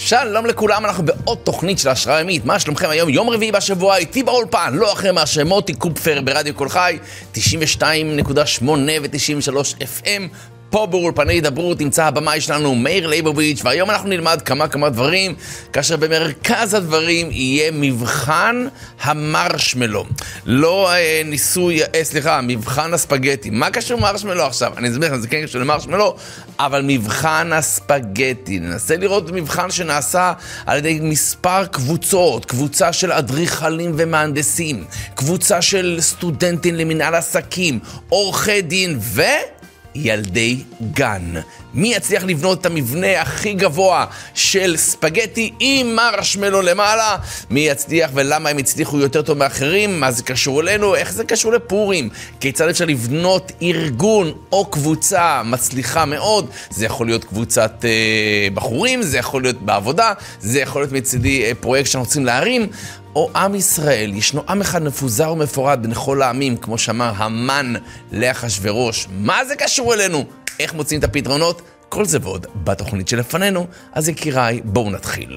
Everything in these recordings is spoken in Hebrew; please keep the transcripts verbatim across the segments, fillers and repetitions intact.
שלום לכולם, אנחנו בעוד תוכנית של השראה ימית. מה שלומכם היום? יום רביעי בשבוע, איתי באולפן, לא אחרי מהשם, מוטי קופפר ברדיו כל חי, תשעים ושתיים נקודה שמונה ו-תשעים ושלוש אף אם. פה באולפני הידברות נמצא הבמאי שלנו מאיר ליבוביץ', והיום אנחנו נלמד כמה כמה דברים, כאשר במרכז הדברים יהיה מבחן המרשמלו. לא אה, ניסוי, אה, סליחה, מבחן הספגטי. מה קשור מרשמלו עכשיו? אני אסביר לכם, זה כן קשור למרשמלו, אבל מבחן הספגטי. ננסה לראות מבחן שנעשה על ידי מספר קבוצות, קבוצה של אדריכלים ומהנדסים, קבוצה של סטודנטים למנהל עסקים, עורכי דין ו... ילדי גן. מי יצליח לבנות את המבנה הכי גבוה של ספגטי עם מרשמלו למעלה? מי יצליח ולמה הם הצליחו יותר טוב מאחרים? מה זה קשור אלינו? איך זה קשור לפורים? כיצד אפשר לבנות ארגון או קבוצה מצליחה מאוד? זה יכול להיות קבוצת אה, בחורים, זה יכול להיות בעבודה, זה יכול להיות מצדי אה, פרויקט שאנחנו רוצים להרים, או עם ישראל. ישנו עם אחד מפוזר ומפורד בין כל העמים, כמו שאמר המן לאחשוורוש. מה זה קשור אלינו? איך מוצאים את הפתרונות? כל זה ועוד בתוכנית שלפנינו. אז יקיריי, בואו נתחיל.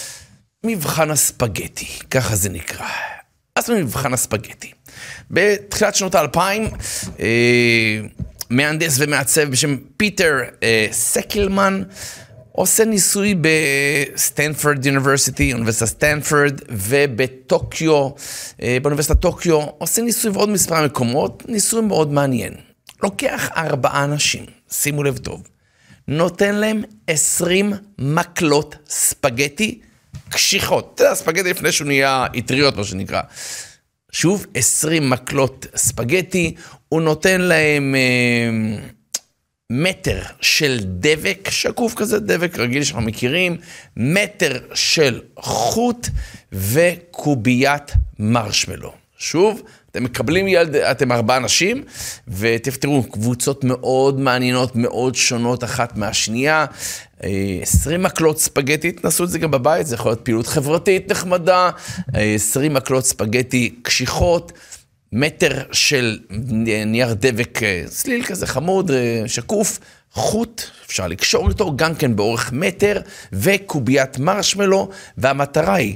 מבחן הספגטי, ככה זה נקרא. אז מבחן הספגטי. בתחילת שנות האלפיים, אה, מהנדס ומעצב בשם פיטר אה, סקלמן, עושה ניסוי בסטנפורד יוניברסיטי, אוניברסיטת סטנפורד, ובטוקיו, באוניברסיטת טוקיו, עושה ניסוי ועוד מספר מקומות, ניסוי מאוד מעניין. לוקח ארבעה אנשים, שימו לב טוב, נותן להם עשרים מקלות ספגטי קשיחות. אתה יודע, ספגטי לפני שהוא נהיה יטריות, מה שנקרא. שוב, עשרים מקלות ספגטי, הוא נותן להם... אה, מטר של דבק, שקוף כזה, דבק רגיל שאנחנו מכירים, מטר של חוט וקוביית מרשמלו. שוב, אתם מקבלים ילד, אתם ארבעה אנשים, ותראו, קבוצות מאוד מעניינות, מאוד שונות אחת מהשנייה, עשרים מקלות ספגטי, תנסו את זה גם בבית, זה יכול להיות פעילות חברתית נחמדה, עשרים מקלות ספגטי קשיחות, מטר של נייר דבק סליל כזה חמוד, שקוף, חוט, אפשר לקשור איתו, גם כן באורך מטר, וקוביית מרשמלו, והמטרה היא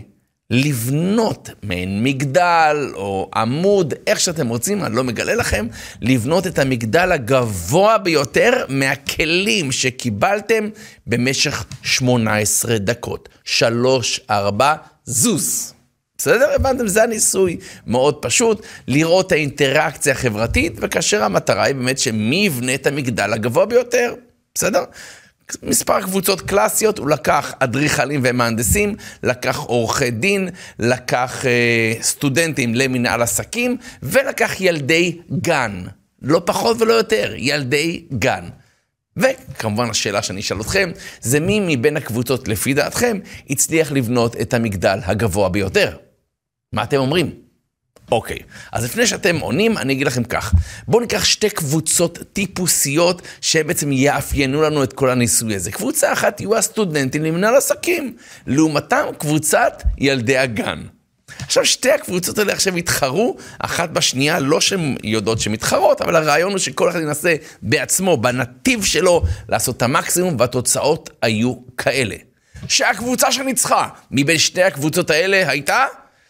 לבנות מעין מגדל או עמוד, איך שאתם רוצים, אני לא מגלה לכם, לבנות את המגדל הגבוה ביותר מהכלים שקיבלתם במשך שמונה עשרה דקות. שלוש, ארבע, זוז. בסדר? הבנתם? זה הניסוי מאוד פשוט, לראות האינטראקציה החברתית, וכאשר המטרה היא באמת שמי יבנה את המגדל הגבוה ביותר. בסדר? מספר קבוצות קלאסיות, הוא לקח אדריכלים ומהנדסים, לקח עורכי דין, לקח אה, סטודנטים למנהל עסקים, ולקח ילדי גן. לא פחות ולא יותר, ילדי גן. וכמובן השאלה שאני אשאל אתכם, זה מי מבין הקבוצות לפי דעתכם הצליח לבנות את המגדל הגבוה ביותר? מה אתם אומרים? אוקיי, אז לפני שאתם עונים, אני אגיד לכם כך. בואו ניקח שתי קבוצות טיפוסיות שבעצם יאפיינו לנו את כל הניסוי הזה. קבוצה אחת יהיו הסטודנטים למנהל עסקים, לעומתם קבוצת ילדי הגן. עכשיו שתי הקבוצות האלה עכשיו התחרו, אחת בשנייה, לא שהן יודעות שהן מתחרות, אבל הרעיון הוא שכל אחד ינסה בעצמו, בנתיב שלו, לעשות את המקסימום, והתוצאות היו כאלה. שהקבוצה שניצחה מבין שתי הקבוצות האלה הייתה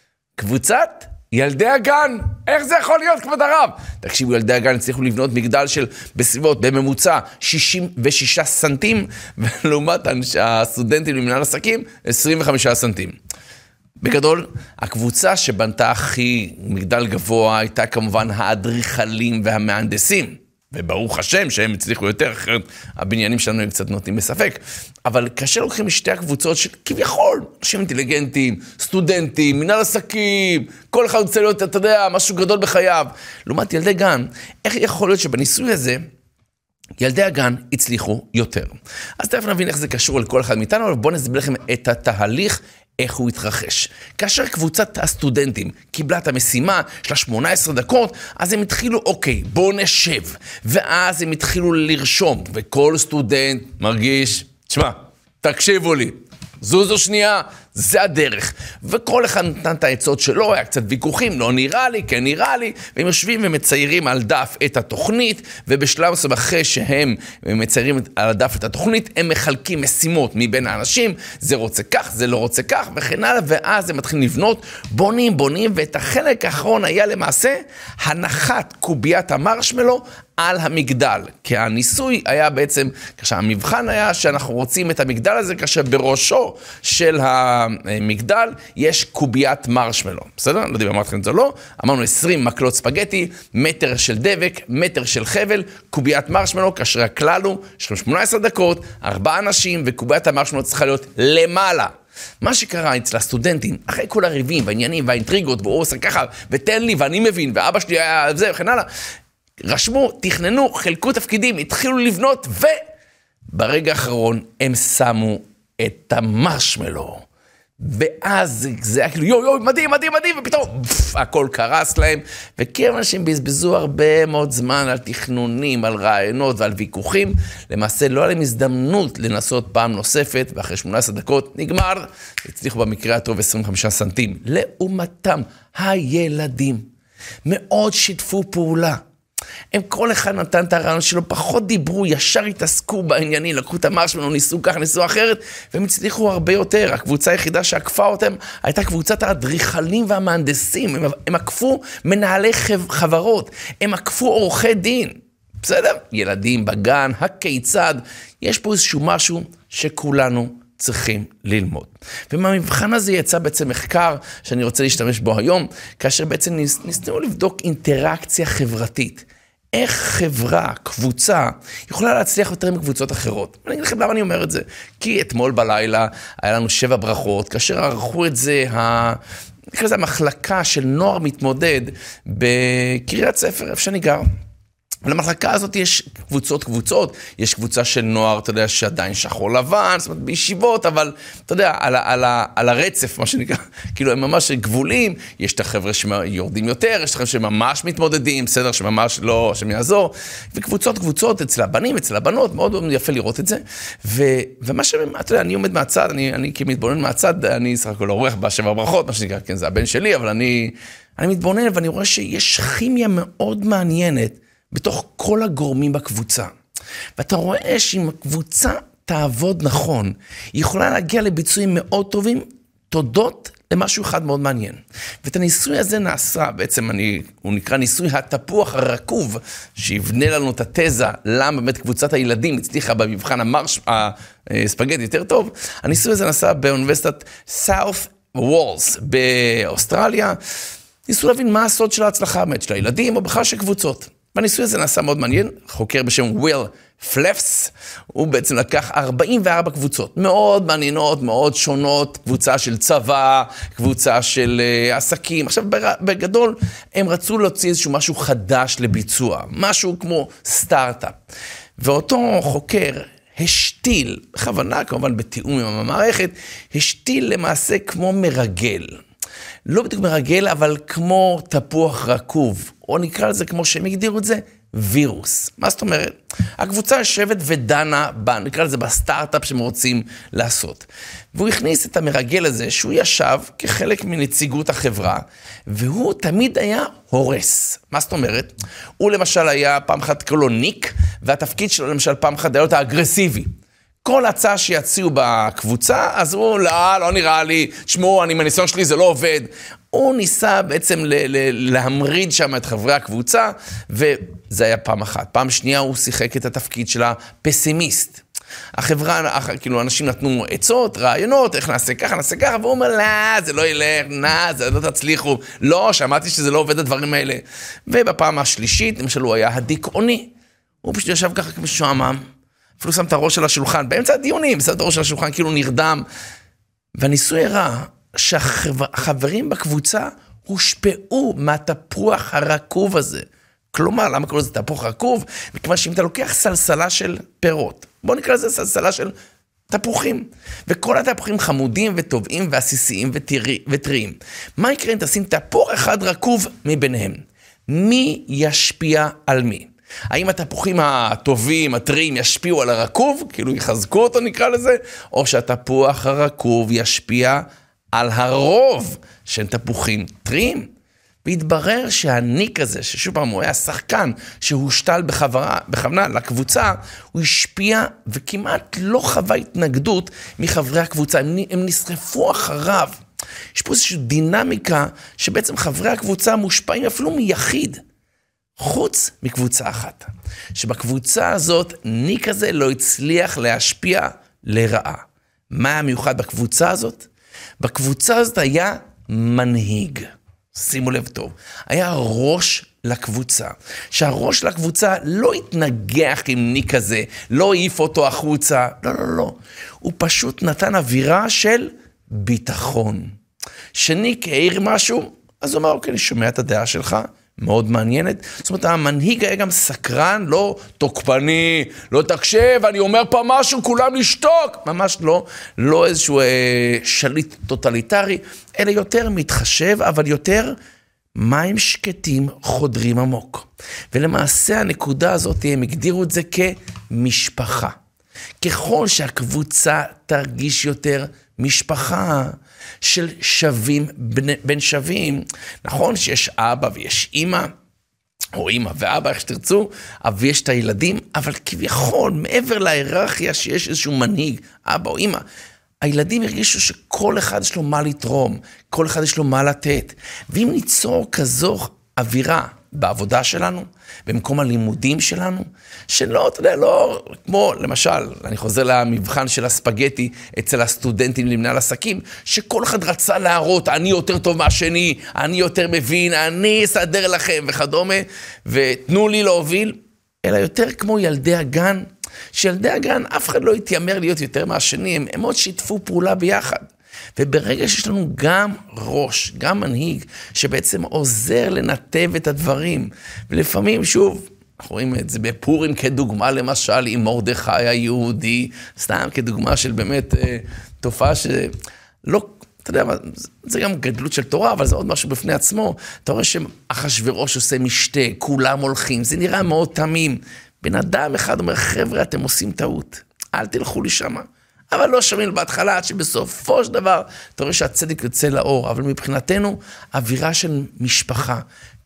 קבוצת ילדי הגן. איך זה יכול להיות, כבוד הרב? תקשיבו, ילדי הגן הצליחו לבנות מגדל של בסביבות, בממוצע, שישים ושישה סנטים, ולעומת הסטודנטים למנהל עסקים, עשרים וחמישה סנטים. בגדול, הקבוצה שבנתה הכי מגדל גבוה הייתה כמובן האדריכלים והמהנדסים. וברוך השם שהם הצליחו יותר, אחרת הבניינים שלנו הם קצת נוטים בספק. אבל כאשר לוקחים משתי הקבוצות שכביכול, אנשים אינטליגנטים, סטודנטים, מנהל עסקים, כל אחד רוצה להיות, אתה יודע, משהו גדול בחייו. לעומת ילדי גן, איך יכול להיות שבניסוי הזה, ילדי הגן הצליחו יותר? אז תכף נבין איך זה קשור לכל אחד מאיתנו, אבל בואו נסביר לכם את התהליך, איך הוא התרחש. כאשר קבוצת הסטודנטים קיבלה את המשימה של שמונה עשרה דקות, אז הם התחילו, אוקיי, בואו נשב. ואז הם התחילו לרשום, וכל סטודנט מרגיש, תשמע, תקשיבו לי, זוזו שנייה, זה הדרך. וכל אחד נתן את העצות שלו, היה קצת ויכוחים, לא נראה לי, כן נראה לי, והם יושבים ומציירים על דף את התוכנית, ובשלב מסוים אחרי שהם מציירים על הדף את התוכנית, הם מחלקים משימות מבין האנשים, זה רוצה כך, זה לא רוצה כך, וכן הלאה, ואז הם מתחילים לבנות, בונים, בונים, ואת החלק האחרון היה למעשה הנחת קוביית המרשמלו על המגדל, כי הניסוי היה בעצם, כאשר המבחן היה שאנחנו רוצים את המגדל הזה, כאשר בראשו של המגדל יש קוביית מרשמלו, בסדר? לא יודע אם אמרתי לכם את זה לא, אמרנו עשרים מקלות ספגטי, מטר של דבק, מטר של חבל, קוביית מרשמלו, כאשר הכלל הוא שמונה עשרה דקות, ארבעה אנשים, וקוביית המרשמלו צריכה להיות למעלה. מה שקרה אצל הסטודנטים, אחרי כל הריבים והעניינים והאינטריגות, והוא עושה ככה, ותן לי ואני מבין, ואבא שלי היה זה וכן הלאה, רשמו, תכננו, חלקו תפקידים, התחילו לבנות, וברגע האחרון הם שמו את המרשמלו. ואז זה היה כאילו, יו, יו, מדהים, מדהים, מדהים, ופתאום, פף, הכל קרס להם. וכאילו אנשים בזבזו הרבה מאוד זמן על תכנונים, על רעיונות ועל ויכוחים. למעשה לא היה להם הזדמנות לנסות פעם נוספת, ואחרי שמונה עשרה דקות נגמר, הצליחו במקרה הטוב עשרים וחמישה סנטים. לעומתם, הילדים מאוד שיתפו פעולה. הם כל אחד נתן את הרעיון שלו, פחות דיברו, ישר התעסקו בעניינים, לקחו את המרשמלו, ניסו כך, ניסו אחרת, והם הצליחו הרבה יותר. הקבוצה היחידה שעקפה אותם, הייתה קבוצת האדריכלים והמהנדסים, הם, הם עקפו מנהלי חברות, הם עקפו עורכי דין, בסדר? ילדים בגן, הכיצד, יש פה איזשהו משהו שכולנו צריכים ללמוד. ומהמבחן הזה יצא בעצם מחקר שאני רוצה להשתמש בו היום, כאשר בעצם ניסינו לבדוק אינטראקציה חברתית. איך חברה, קבוצה, יכולה להצליח יותר מקבוצות אחרות. אני אגיד לכם למה אני אומר את זה. כי אתמול בלילה היה לנו שבע ברכות, כאשר ערכו את זה, ה... נקרא לזה המחלקה של נוער מתמודד בקריית ספר, איפה שאני גר. למחלקה הזאת יש קבוצות קבוצות, יש קבוצה של נוער, אתה יודע, שעדיין שחור לבן, זאת אומרת, בישיבות, אבל, אתה יודע, על, על, על הרצף, מה שנקרא, כאילו, הם ממש גבולים, יש את החבר'ה שיורדים יותר, יש את החבר'ה שממש מתמודדים, בסדר, שממש לא, שמייעזור, וקבוצות קבוצות אצל הבנים, אצל הבנות, מאוד מאוד יפה לראות את זה, ו, ומה ש... אתה יודע, אני עומד מהצד, אני, אני כמתבונן מהצד, אני סך הכל עורך בשבע ברכות, מה שנקרא, כן, זה הבן שלי, אבל אני, אני מתבונן, ואני רואה שיש כימיה מאוד מעניינת, בתוך כל הגורמים בקבוצה. ואתה רואה שאם הקבוצה תעבוד נכון, היא יכולה להגיע לביצועים מאוד טובים, תודות למשהו אחד מאוד מעניין. ואת הניסוי הזה נעשה, בעצם אני, הוא נקרא ניסוי התפוח הרקוב, שיבנה לנו את התזה, למה באמת קבוצת הילדים הצליחה במבחן המרש, הספגטי יותר טוב. הניסוי הזה נעשה באוניברסיטת סאות' וולס באוסטרליה. ניסו להבין מה הסוד של ההצלחה, באמת, של הילדים או בכלל של קבוצות. והניסוי הזה נעשה מאוד מעניין, חוקר בשם וויל פלפס, הוא בעצם לקח ארבעים וארבע קבוצות, מאוד מעניינות, מאוד שונות, קבוצה של צבא, קבוצה של uh, עסקים, עכשיו בגדול הם רצו להוציא איזשהו משהו חדש לביצוע, משהו כמו סטארט-אפ, ואותו חוקר השתיל, בכוונה כמובן בתיאום עם המערכת, השתיל למעשה כמו מרגל, לא בדיוק מרגל, אבל כמו תפוח רקוב, או נקרא לזה כמו שהם הגדירו את זה, וירוס. מה זאת אומרת? הקבוצה יושבת ודנה, נקרא לזה בסטארט-אפ שהם רוצים לעשות. והוא הכניס את המרגל הזה, שהוא ישב כחלק מנציגות החברה, והוא תמיד היה הורס. מה זאת אומרת? הוא למשל היה פעם אחת קולוניק, והתפקיד שלו למשל פעם אחת היה להיות האגרסיבי. כל הצעה שיציעו בקבוצה, אז הוא, לא, לא נראה לי, תשמעו, אני מניסיון שלי, זה לא עובד. הוא ניסה בעצם ל- ל- להמריד שם את חברי הקבוצה, וזה היה פעם אחת. פעם שנייה הוא שיחק את התפקיד של הפסימיסט. החברה, כאילו, אנשים נתנו עצות, רעיונות, איך נעשה ככה, נעשה ככה, והוא אומר, לא, זה לא ילך, לא, זה לא תצליחו. לא, שמעתי שזה לא עובד הדברים האלה. ובפעם השלישית, למשל, הוא היה הדיכאוני. הוא פשוט ישב ככה כמשועמם. אפילו שם את הראש של השולחן, באמצע הדיונים, שם את הראש של השולחן, כאילו נרדם. והניסוי הראה שהחברים בקבוצה הושפעו מהתפוח הרקוב הזה. כלומר, למה קוראים לזה תפוח רקוב? מכיוון שאם אתה לוקח סלסלה של פירות, בוא נקרא לזה סלסלה של תפוחים, וכל התפוחים חמודים וטובעים ועסיסיים וטריים. מה יקרה אם תשים תפוח אחד רקוב מביניהם? מי ישפיע על מי? האם התפוחים הטובים, הטריים, ישפיעו על הרקוב, כאילו יחזקו אותו נקרא לזה, או שהתפוח הרקוב ישפיע על הרוב של תפוחים טריים. והתברר שהניק הזה, ששוב פעם הוא היה שחקן שהושתל בחברה, בכוונה לקבוצה, הוא השפיע וכמעט לא חווה התנגדות מחברי הקבוצה, הם, הם נשרפו אחריו. יש פה איזושהי דינמיקה שבעצם חברי הקבוצה מושפעים אפילו מיחיד, חוץ מקבוצה אחת. שבקבוצה הזאת ניק הזה לא הצליח להשפיע לרעה. מה היה מיוחד בקבוצה הזאת? בקבוצה הזאת היה מנהיג. שימו לב טוב, היה ראש לקבוצה, שהראש לקבוצה לא התנגח עם ניק הזה, לא העיף אותו החוצה, לא, לא, לא. הוא פשוט נתן אווירה של ביטחון. שניק העיר משהו, אז הוא אמר, אוקיי, אני שומע את הדעה שלך, מאוד מעניינת. זאת אומרת, המנהיג היה גם סקרן, לא תוקפני, לא תקשב, אני אומר פה משהו, כולם לשתוק. ממש לא, לא איזשהו אה, שליט טוטליטרי, אלא יותר מתחשב, אבל יותר מים שקטים חודרים עמוק. ולמעשה הנקודה הזאת, הם הגדירו את זה כמשפחה. ככל שהקבוצה תרגיש יותר משפחה של שווים בין שווים, נכון שיש אבא ויש אמא, או אמא ואבא, איך שתרצו, אבל יש את הילדים, אבל כביכול, מעבר להיררכיה שיש איזשהו מנהיג, אבא או אמא, הילדים הרגישו שכל אחד יש לו מה לתרום, כל אחד יש לו מה לתת, ואם ניצור כזו אווירה בעבודה שלנו, במקום הלימודים שלנו, שלא, אתה יודע, לא, כמו, למשל, אני חוזר למבחן של הספגטי אצל הסטודנטים למנהל עסקים, שכל אחד רצה להראות, אני יותר טוב מהשני, אני יותר מבין, אני אסדר לכם וכדומה, ותנו לי להוביל, אלא יותר כמו ילדי הגן, שילדי הגן אף אחד לא יתיימר להיות יותר מהשני, הם, הם עוד שיתפו פעולה ביחד. וברגע שיש לנו גם ראש, גם מנהיג, שבעצם עוזר לנתב את הדברים, ולפעמים, שוב, אנחנו רואים את זה בפורים כדוגמה, למשל, עם מרדכי היהודי, סתם כדוגמה של באמת אה, תופעה שלא, אתה יודע, זה גם גדלות של תורה, אבל זה עוד משהו בפני עצמו. אתה רואה שאחשוורוש עושה משתה, כולם הולכים, זה נראה מאוד תמים. בן אדם אחד אומר, חבר'ה, אתם עושים טעות, אל תלכו לי שמה. אבל לא שומעים בהתחלה, עד שבסופו של דבר, אתה רואה שהצדק יוצא לאור, אבל מבחינתנו, אווירה של משפחה,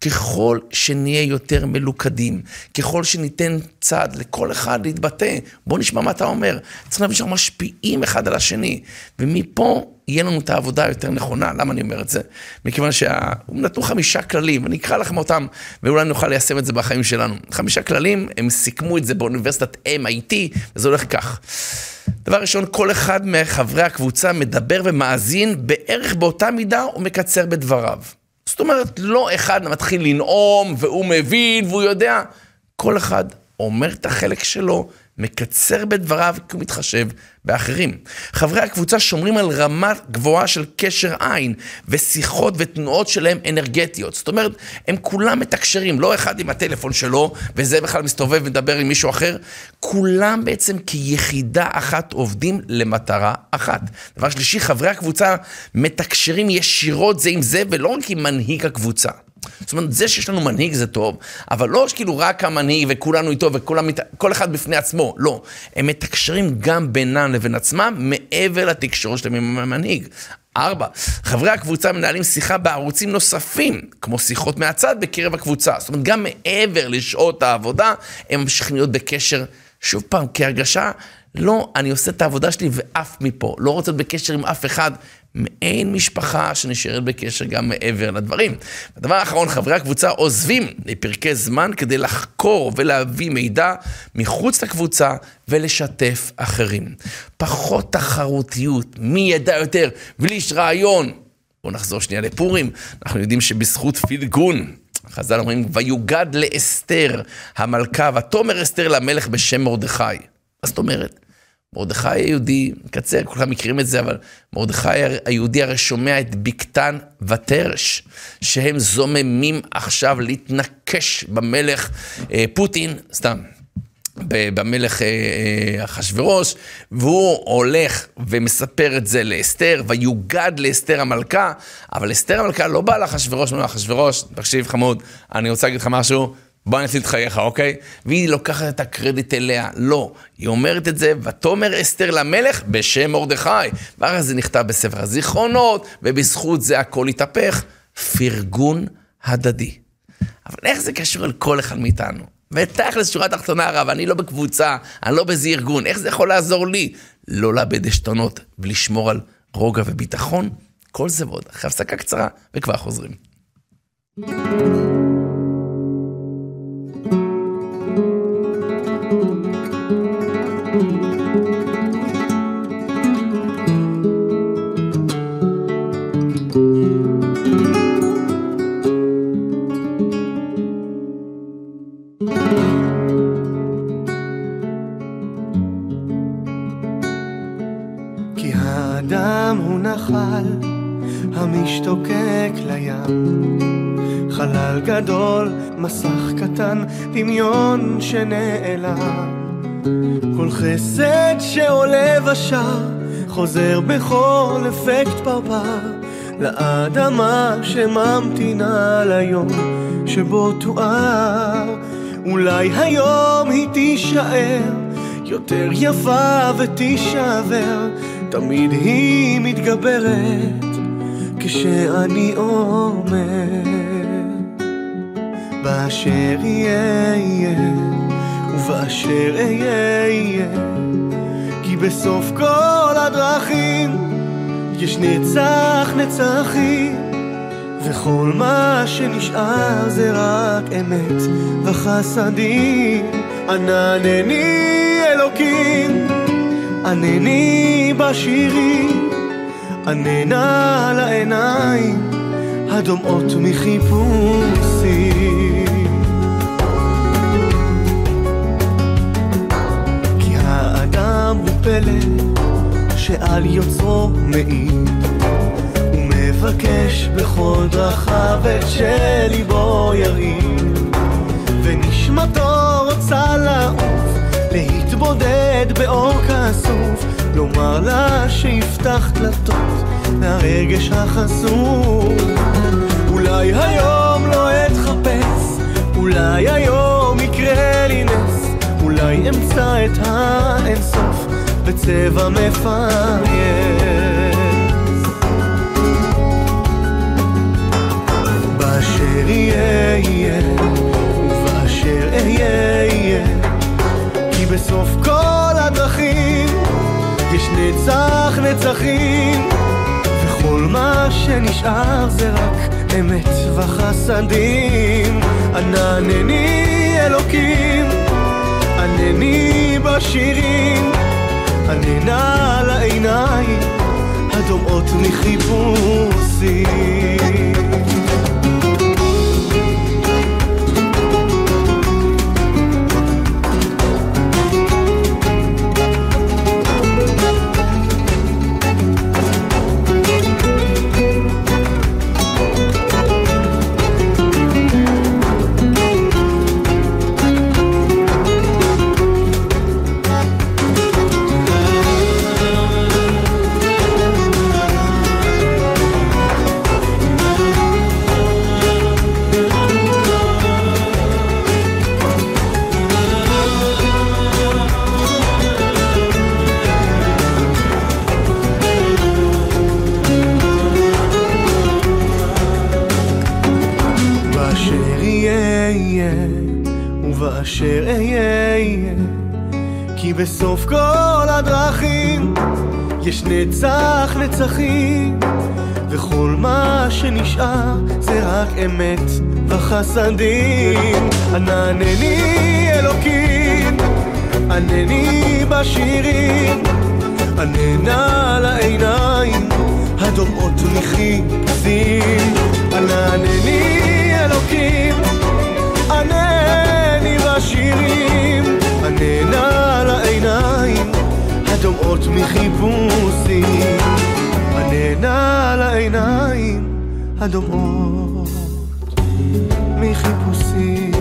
ככל שנהיה יותר מלוכדים, ככל שניתן צד לכל אחד להתבטא, בוא נשמע מה אתה אומר, צריך להבין שאנחנו משפיעים אחד על השני, ומפה יהיה לנו את העבודה יותר נכונה. למה אני אומר את זה? מכיוון שהם נתנו חמישה כללים, אני אקרא לכם אותם, ואולי נוכל ליישם את זה בחיים שלנו. חמישה כללים, הם סיכמו את זה באוניברסיטת אם איי טי, וזה הולך כך. דבר ראשון, כל אחד מחברי הקבוצה מדבר ומאזין בערך באותה מידה ומקצר בדבריו. זאת אומרת, לא אחד מתחיל לנאום והוא מבין והוא יודע. כל אחד אומר את החלק שלו, מקצר בדבריו כי הוא מתחשב באחרים. חברי הקבוצה שומרים על רמה גבוהה של קשר עין, ושיחות ותנועות שלהם אנרגטיות. זאת אומרת, הם כולם מתקשרים, לא אחד עם הטלפון שלו, וזה בכלל מסתובב ומדבר עם מישהו אחר. כולם בעצם כיחידה אחת עובדים למטרה אחת. דבר שלישי, חברי הקבוצה מתקשרים ישירות זה עם זה, ולא רק עם מנהיג הקבוצה. זאת אומרת, זה שיש לנו מנהיג זה טוב, אבל לא שכאילו רק המנהיג וכולנו איתו וכל אחד בפני עצמו, לא. הם מתקשרים גם בינם לבין עצמם, מעבר לתקשורת שלהם עם המנהיג. ארבע, חברי הקבוצה מנהלים שיחה בערוצים נוספים, כמו שיחות מהצד בקרב הקבוצה. זאת אומרת, גם מעבר לשעות העבודה, הם ממשיכים להיות בקשר, שוב פעם, כהרגשה, לא, אני עושה את העבודה שלי ואף מפה, לא רוצה להיות בקשר עם אף אחד, מעין משפחה שנשארת בקשר גם מעבר לדברים. הדבר האחרון, חברי הקבוצה עוזבים לפרקי זמן כדי לחקור ולהביא מידע מחוץ לקבוצה ולשתף אחרים. פחות תחרותיות, מי ידע יותר, וליש רעיון. בואו נחזור שנייה לפורים, אנחנו יודעים שבזכות פילגון, חז"ל אומרים, ויוגד לאסתר המלכה, ותאמר אסתר למלך בשם מרדכי. מה זאת אומרת? מרדכי היהודי, קצר, כולם מכירים את זה, אבל מרדכי היהודי הרי שומע את בקתן ותרש, שהם זוממים עכשיו להתנקש במלך פוטין, סתם, במלך אחשוורוש, והוא הולך ומספר את זה לאסתר, ויוגד לאסתר המלכה, אבל אסתר המלכה לא באה לאחשוורוש, לא לאחשוורוש, תקשיב חמוד, אני רוצה להגיד לך משהו, בוא נציל את חייך, אוקיי? והיא לוקחת את הקרדיט אליה. לא, היא אומרת את זה, ותאמר אסתר למלך בשם מרדכי. והרי זה נכתב בספר הזיכרונות, ובזכות זה הכל התהפך. פרגון הדדי. אבל איך זה קשור על כל אחד מאיתנו? ותכלס שורה תחתונה הרב, אני לא בקבוצה, אני לא באיזה ארגון, איך זה יכול לעזור לי? לא לאבד עשתונות ולשמור על רוגע וביטחון, כל זה ועוד. אחרי הפסקה קצרה, וכבר חוזרים. כי האדם הוא נחל המשתוקק לים, חלל גדול, מסך קטן, דמיון שנעלם. כל חסד שעולה ושם חוזר בכל אפקט פרפר לאדמה שממתינה ליום שבו תואר. אולי היום היא תישאר יותר יפה ותישבר, תמיד היא מתגברת כשאני אומר באשר יהיה יהיה ובאשר אהיה יהיה, כי בסוף כל הדרכים יש נצח נצחים, וכל מה שנשאר זה רק אמת וחסדים. ענני אלוקים, ענני בשירים, עננה לעיניים הדומעות מחיפושים. כי האדם הוא פלא שעל יוצרו מעיד, הוא מבקש בכל דרכיו את שליבו ירעיד, ונשמתו רוצה לעוף, להתבודד באור כסוף, לומר לה שיפתח דלתות מהרגש החשוף. אולי היום לא אתחפש, אולי היום יקרה לי נס, אולי אמצא את האינסוף בצבע מפייס. באשר יהיה יהיה ובאשר אהיה יהיה, כי בסוף כל הדרכים יש נצח נצחים, וכל מה שנשאר זה רק אמת וחסדים. ענני אלוקים, ענני בשירים, עננה לעיניים הדומעות מחיפושים. ובאשר אהיה יהיה, כי בסוף כל הדרכים יש נצח נצחים, וכל מה שנשאר זה רק אמת וחסדים. ענני אלוקים, ענני בשירים, עננה לעיניים הדומעות מחיפושים. ענני אלוקים, ענני בשירים, עננה לעיניים הדומעות מחיפושים. עננה לעיניים הדומעות מחיפושים.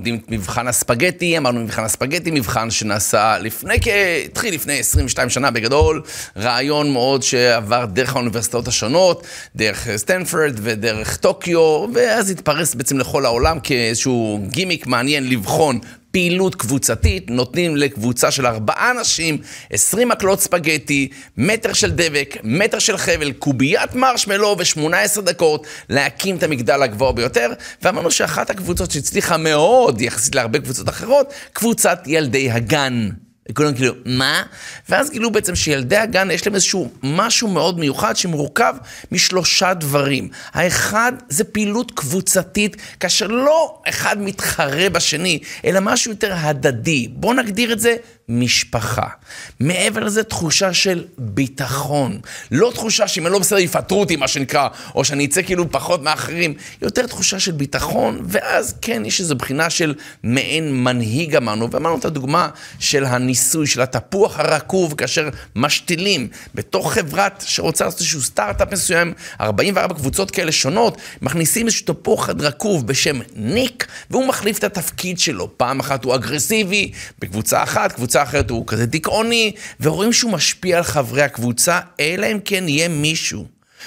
לומדים את מבחן הספגטי, אמרנו מבחן הספגטי, מבחן שנעשה לפני, התחיל לפני עשרים ושתיים שנה בגדול, רעיון מאוד שעבר דרך האוניברסיטאות השונות, דרך סטנפורד ודרך טוקיו, ואז התפרס בעצם לכל העולם כאיזשהו גימיק מעניין לבחון פעילות קבוצתית, נותנים לקבוצה של ארבעה אנשים, עשרים מקלות ספגטי, מטר של דבק, מטר של חבל, קוביית מרשמלו ו-שמונה עשרה דקות להקים את המגדל הגבוה ביותר, ואמרנו שאחת הקבוצות שהצליחה מאוד, יחסית להרבה קבוצות אחרות, קבוצת ילדי הגן. כולם כאילו, מה? ואז גילו בעצם שילדי הגן יש להם איזשהו משהו מאוד מיוחד שמורכב משלושה דברים. האחד זה פעילות קבוצתית, כאשר לא אחד מתחרה בשני, אלא משהו יותר הדדי. בואו נגדיר את זה משפחה. מעבר לזה תחושה של ביטחון. לא תחושה שאם אני לא בסדר יפטרו אותי, מה שנקרא, או שאני אצא כאילו פחות מאחרים. יותר תחושה של ביטחון, ואז כן יש איזו בחינה של מעין מנהיג אמרנו, ואמרנו את הדוגמה של הניסוי של התפוח הרקוב, כאשר משתילים בתוך חברת שרוצה לעשות איזשהו סטארט-אפ מסוים, ארבעים וארבע קבוצות כאלה שונות, מכניסים איזשהו תפוח רקוב בשם ניק, והוא מחליף את התפקיד שלו. פעם אחת הוא אגרסיבי, בקבוצה אחת, קבוצה אחרת הוא כזה דיכאוני, ורואים שהוא משפיע על חברי הקבוצה, אלא אם כן יהיה מישהו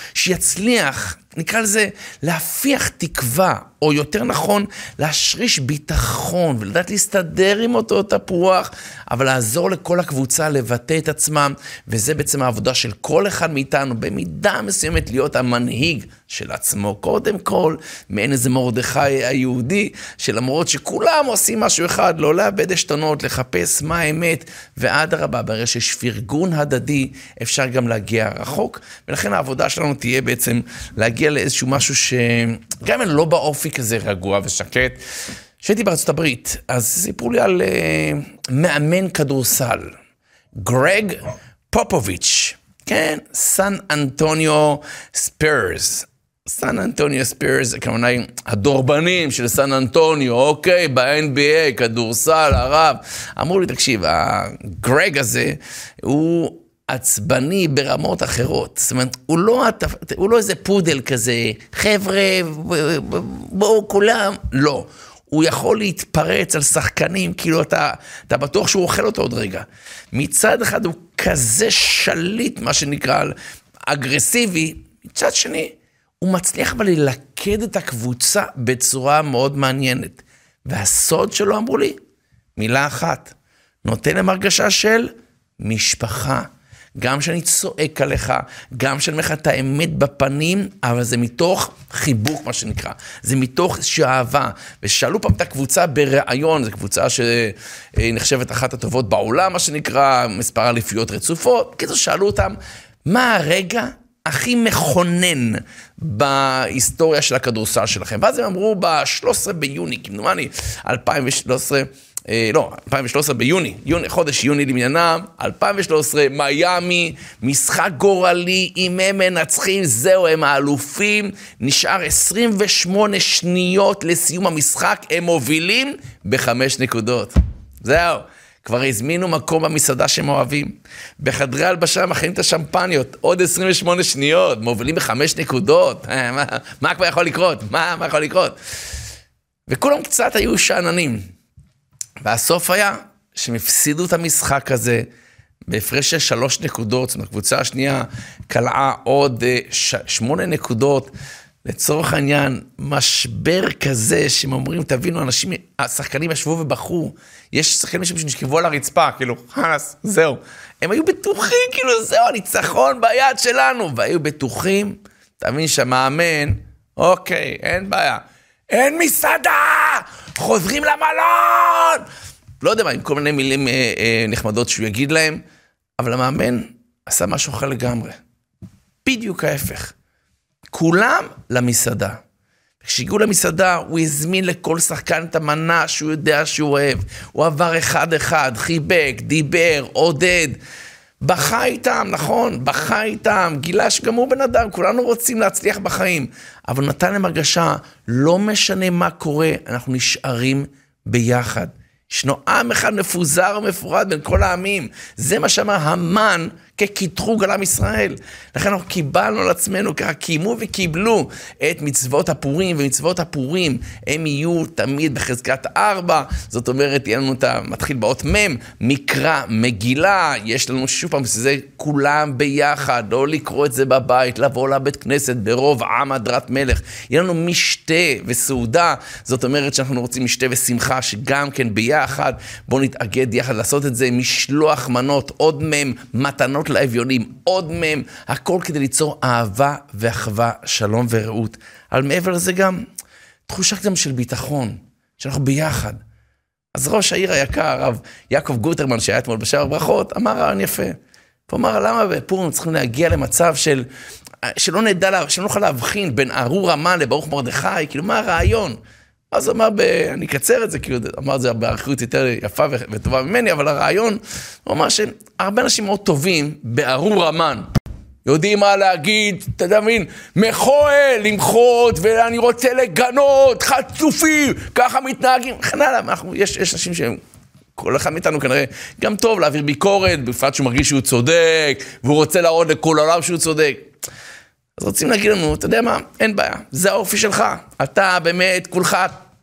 שיצליח, נקרא לזה, להפיח תקווה, או יותר נכון, להשריש ביטחון, ולדעת להסתדר עם אותו תפוח, אבל לעזור לכל הקבוצה לבטא את עצמם, וזה בעצם העבודה של כל אחד מאיתנו, במידה מסוימת להיות המנהיג של עצמו. קודם כל, מעין איזה מרדכי היהודי, שלמרות שכולם עושים משהו אחד, לא לאבד עשתונות, לחפש מה האמת, ועד הרבה, ברגע שיש פרגון הדדי, אפשר גם להגיע רחוק, ולכן העבודה שלנו תהיה בעצם להגיע לאיזשהו משהו שגם לא באופי כזה רגוע ושקט. כשהייתי בארצות הברית, אז סיפרו לי על uh, מאמן כדורסל, גרג פופוביץ', כן, סן אנטוניו ספירס. סן אנטוניו ספירס, כמובן הדורבנים של סן אנטוניו, אוקיי, ב-אן בי איי, כדורסל, הרב. אמרו לי, תקשיב, הגרג הזה הוא עצבני ברמות אחרות. זאת אומרת, הוא לא, הוא לא איזה פודל כזה, חבר'ה, בואו כולם, לא. הוא יכול להתפרץ על שחקנים, כאילו אתה, אתה בטוח שהוא אוכל אותו עוד רגע. מצד אחד הוא כזה שליט, מה שנקרא, אגרסיבי, מצד שני, הוא מצליח אבל ללכד את הקבוצה בצורה מאוד מעניינת. והסוד שלו, אמרו לי, מילה אחת, נותן להם הרגשה של משפחה. גם שאני צועק עליך, גם שאני אומר לך את האמת בפנים, אבל זה מתוך חיבוק, מה שנקרא. זה מתוך איזושהי אהבה. ושאלו פעם את הקבוצה ברעיון, זו קבוצה שנחשבת אחת הטובות בעולם, מה שנקרא, מספר אליפויות רצופות. כזו שאלו אותם, מה הרגע הכי מכונן בהיסטוריה של הכדורסל שלכם? ואז הם אמרו ב-שלושה עשר ביוני, כמדומני, אלפיים ושלוש עשרה, אה, לא, אלפיים ושלוש עשרה ביוני, יוני, חודש יוני למניינם, אלפיים ושלוש עשרה, מיאמי, משחק גורלי, אם הם מנצחים, זהו, הם האלופים, נשאר עשרים ושמונה שניות לסיום המשחק, הם מובילים בחמש נקודות. זהו. כבר הזמינו מקום במסעדה שהם אוהבים. בחדרי הלבשה מכינים את השמפניות, עוד עשרים ושמונה שניות, מובילים בחמש נקודות. מה, מה כבר יכול לקרות? מה, מה יכול לקרות? וכולם קצת היו שעננים. והסוף היה שהם הפסידו את המשחק הזה, בהפרש של שלוש נקודות, זאת אומרת, הקבוצה השנייה קלעה עוד ש... שמונה נקודות, לצורך העניין, משבר כזה, שהם אומרים, תבינו, אנשים, השחקנים ישבו ובחרו, יש שחקנים שנשכבו על הרצפה, כאילו, חלס, זהו. הם היו בטוחים, כאילו, זהו, הניצחון ביד שלנו, והיו בטוחים, תבין שהמאמן, אוקיי, אין בעיה, אין מסעדה, חוזרים למלון, לא יודע מה, עם כל מיני מילים אה, אה, נחמדות שהוא יגיד להם, אבל המאמן עשה משהו אחר לגמרי, בדיוק ההפך. כולם למסעדה. כשהגיעו למסעדה, הוא הזמין לכל שחקן את המנה שהוא יודע שהוא אוהב. הוא עבר אחד אחד, חיבק, דיבר, עודד. בכה איתם, נכון? בכה איתם, גילה שגם הוא בן אדם, כולנו רוצים להצליח בחיים. אבל נתן להם הרגשה, לא משנה מה קורה, אנחנו נשארים ביחד. ישנו עם אחד מפוזר ומפורד בין כל העמים. זה מה שאמר המן כקטרוג על עם ישראל. לכן אנחנו קיבלנו על עצמנו, ככה קיימו וקיבלו את מצוות הפורים, ומצוות הפורים הם יהיו תמיד בחזקת ארבע, זאת אומרת, יהיה לנו את המתחיל באות מם, מקרא, מגילה, יש לנו שוב פעם, שזה כולם ביחד, לא לקרוא את זה בבית, לבוא לבית כנסת ברוב עם הדרת מלך, יהיה לנו משתה וסעודה, זאת אומרת שאנחנו רוצים משתה ושמחה, שגם כן ביחד, בואו נתאגד יחד לעשות את זה, משלוח מנות, עוד מם, מתנות לאביונים, עוד מם, הכל כדי ליצור אהבה ואחווה, שלום ורעות. אבל מעבר לזה גם, תחושה גם של ביטחון, שאנחנו ביחד. אז ראש העיר היקר, הרב יעקב גוטרמן, שהיה אתמול בשער ברכות, אמר רעיון יפה. הוא אמר, למה בפורים צריכים להגיע למצב של, שלא נדע, שלא נוכל להבחין בין ארור המן לברוך מרדכי, כאילו מה הרעיון? אז הוא אמר, ב... אני אקצר את זה, כאילו, אמר את זה בערכיות יותר יפה וטובה ממני, אבל הרעיון, הוא אמר שהרבה אנשים מאוד טובים בארור המן, יודעים מה להגיד, אתה יודע מין, מחואה, למחות, ואני רוצה לגנות, חצופים, ככה מתנהגים, וכן הלאה, אנחנו, יש, יש אנשים שהם, כל אחד מאיתנו כנראה, גם טוב להעביר ביקורת, בפרט שהוא מרגיש שהוא צודק, והוא רוצה להראות לכל העולם שהוא צודק. אז רוצים להגיד לנו, אתה יודע מה, אין בעיה, זה האופי שלך, אתה באמת, כולך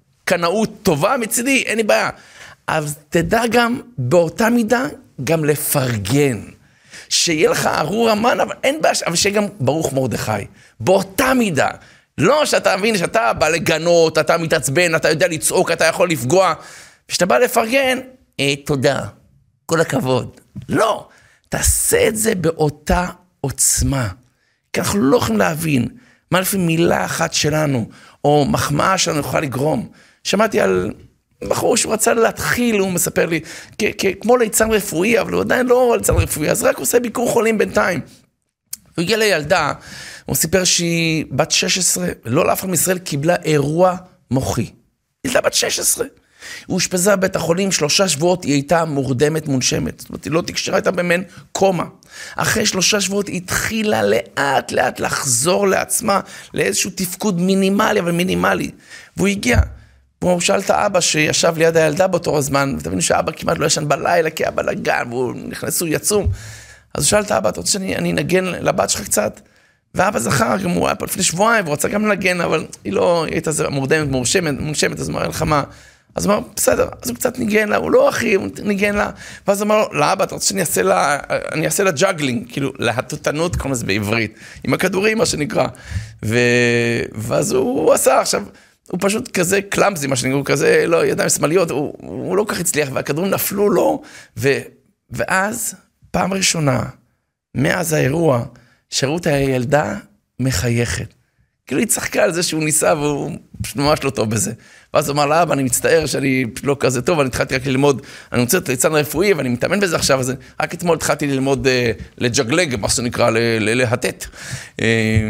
קנאות טובה מצידי, אין לי בעיה. אז תדע גם, באותה מידה, גם לפרגן. שיהיה לך ארור המן, אבל אין בעיה, אבל שיהיה גם ברוך מרדכי. באותה מידה. לא שאתה מבין שאתה בא לגנות, אתה מתעצבן, אתה יודע לצעוק, אתה יכול לפגוע. כשאתה בא לפרגן, אה, תודה, כל הכבוד. לא, תעשה את זה באותה עוצמה. כי אנחנו לא יכולים להבין מה לפי מילה אחת שלנו, או מחמאה שלנו יכולה לגרום. שמעתי על בחור שהוא רצה להתחיל, הוא מספר לי, כמו ליצן רפואי, אבל הוא עדיין לא ליצן רפואי, אז רק עושה ביקור חולים בינתיים. הוא הגיע לילדה, הוא סיפר שהיא בת שש עשרה, לא לאף אחד מישראל קיבלה אירוע מוחי. ילדה בת שש עשרה. הוא אושפזה בבית החולים, שלושה שבועות היא הייתה מורדמת מונשמת. זאת אומרת, היא לא תקשרה, הייתה במין קומה. אחרי שלושה שבועות היא התחילה לאט לאט לחזור לעצמה, לאיזשהו תפקוד מינימלי, אבל מינימלי. והוא הגיע, הוא שאל את האבא שישב ליד הילדה באותו הזמן, ותבינו שהאבא כמעט לא ישן בלילה, כי האבא לגן, והוא נכנסו, יצום. אז הוא שאל את האבא, אתה רוצה שאני אני נגן לבת שלך קצת? ואבא זכר, גם הוא היה פה לפני שבועיים, והוא רצה גם לנגן, אבל היא לא, היא הייתה מורדמת, מונשמת, מונשמת, אז הוא אמר לך מה? אז הוא אמר, בסדר, אז הוא קצת ניגן לה, הוא לא אחי, הוא ניגן לה, ואז הוא אמר לו, לאבא, אתה רוצה שאני אעשה לה, אני אעשה לה ג'אגלינג, כאילו, להטוטנות, קוראים לזה בעברית, עם הכדורים, מה שנקרא, ו... ואז הוא עשה, עכשיו, הוא פשוט כזה קלאמזי, מה שנקרא, הוא כזה, לא, ידיים שמאליות, הוא, הוא לא כך הצליח, והכדורים נפלו לו, ו... ואז, פעם ראשונה, מאז האירוע, שראו את הילדה מחייכת. כאילו היא צחקה על זה שהוא ניסה, והוא פשוט ממש לא טוב בזה. ואז הוא אמר לה, אבא, אני מצטער שאני לא כזה טוב, אני התחלתי רק ללמוד, אני רוצה את ליצן רפואי, ואני מתאמן בזה עכשיו, אז רק אתמול התחלתי ללמוד uh, לג'גלג, מה שנקרא, להטט. Uh,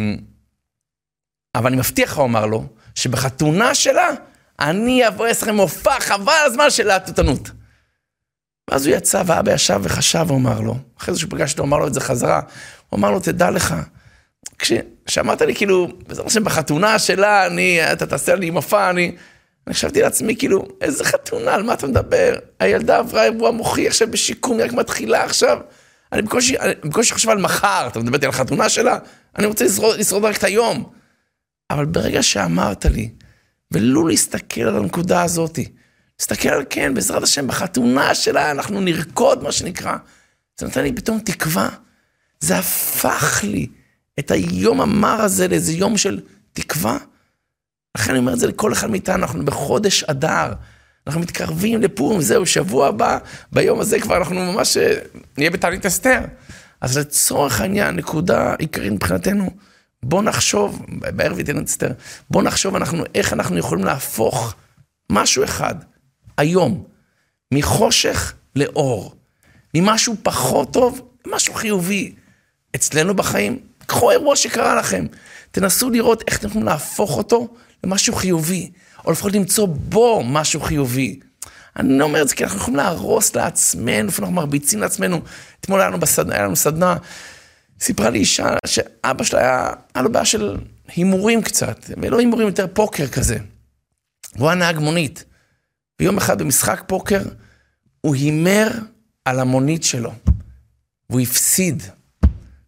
אבל אני מבטיח, הוא אמר לו, שבחתונה שלה, אני אבוא אצלכם מופע, חבל הזמן של התותנות. ואז הוא יצא, ואבא ישב וחשב, הוא אמר לו, אחרי זה שהוא פגש לו, אמר לו את זה חזרה, הוא אמר לו, תדע לך, כשאמרת לי, כאילו, בזמן שבחתונה שלה, אני, אתה תעשה לי מופע, אני, אני חשבתי לעצמי, כאילו, איזה חתונה, על מה אתה מדבר? הילדה עברה אירוע מוחי, עכשיו בשיקום, רק מתחילה עכשיו, אני בקושי, אני בקושי חושב על מחר, אתה מדבר על החתונה שלה, אני רוצה לשרוד, לשרוד רק את היום. אבל ברגע שאמרת לי, ולא להסתכל על הנקודה הזאת, להסתכל על כן, בעזרת השם, בחתונה שלה, אנחנו נרקוד, מה שנקרא, זה נתן לי פתאום תקווה, זה הפך לי, את היום המר הזה לאיזה יום של תקווה. לכן אני אומר את זה לכל אחד מאיתנו, אנחנו בחודש אדר, אנחנו מתקרבים לפורים, זהו, שבוע הבא, ביום הזה כבר אנחנו ממש נהיה בתענית אסתר. אז לצורך העניין, נקודה עיקרית מבחינתנו, בוא נחשוב, בערב תענית אסתר, בוא נחשוב אנחנו, איך אנחנו יכולים להפוך משהו אחד, היום, מחושך לאור, ממשהו פחות טוב, למשהו חיובי, אצלנו בחיים, קחו אירוע שקרה לכם, תנסו לראות איך אתם יכולים להפוך אותו למשהו חיובי, או לפחות למצוא בו משהו חיובי. אני לא אומר את זה כי אנחנו יכולים להרוס לעצמנו, אנחנו מרביצים לעצמנו. אתמול היה לנו בסדנה, היה לנו סדנה, סיפרה לי אישה שאבא שלה היה, היה לו בעיה של הימורים קצת, ולא הימורים יותר פוקר כזה. הוא היה נהג מונית, ויום אחד במשחק פוקר, הוא הימר על המונית שלו, והוא הפסיד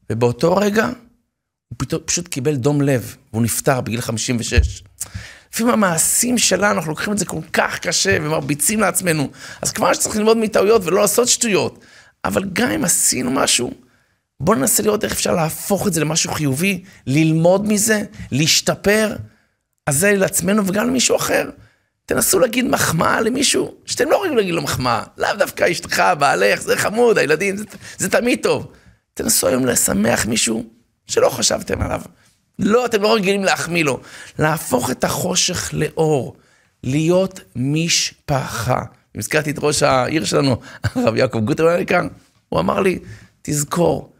ובאותו רגע, הוא פתאום, פשוט קיבל דום לב, והוא נפטר בגיל חמישים ושש. לפעמים המעשים שלנו, אנחנו לוקחים את זה כל כך קשה, ומרביצים לעצמנו, אז כבר שצריך ללמוד מטעויות ולא לעשות שטויות. אבל גם אם עשינו משהו, בואו ננסה לראות איך אפשר להפוך את זה למשהו חיובי, ללמוד מזה, להשתפר, אז זה לעצמנו וגם למישהו אחר. תנסו להגיד מחמאה למישהו, שאתם לא יכולים להגיד לו מחמאה, לאו דווקא אשתך, בעלך, זה חמוד, הילדים, זה, זה תמיד טוב. תנסו היום לשמח מישהו שלא חשבתם עליו. לא, אתם לא רגילים להחמיא לו. להפוך את החושך לאור, להיות משפחה. הזכרתי את ראש העיר שלנו, הרב יעקב גוטרמן יקר, הוא אמר לי, תזכור,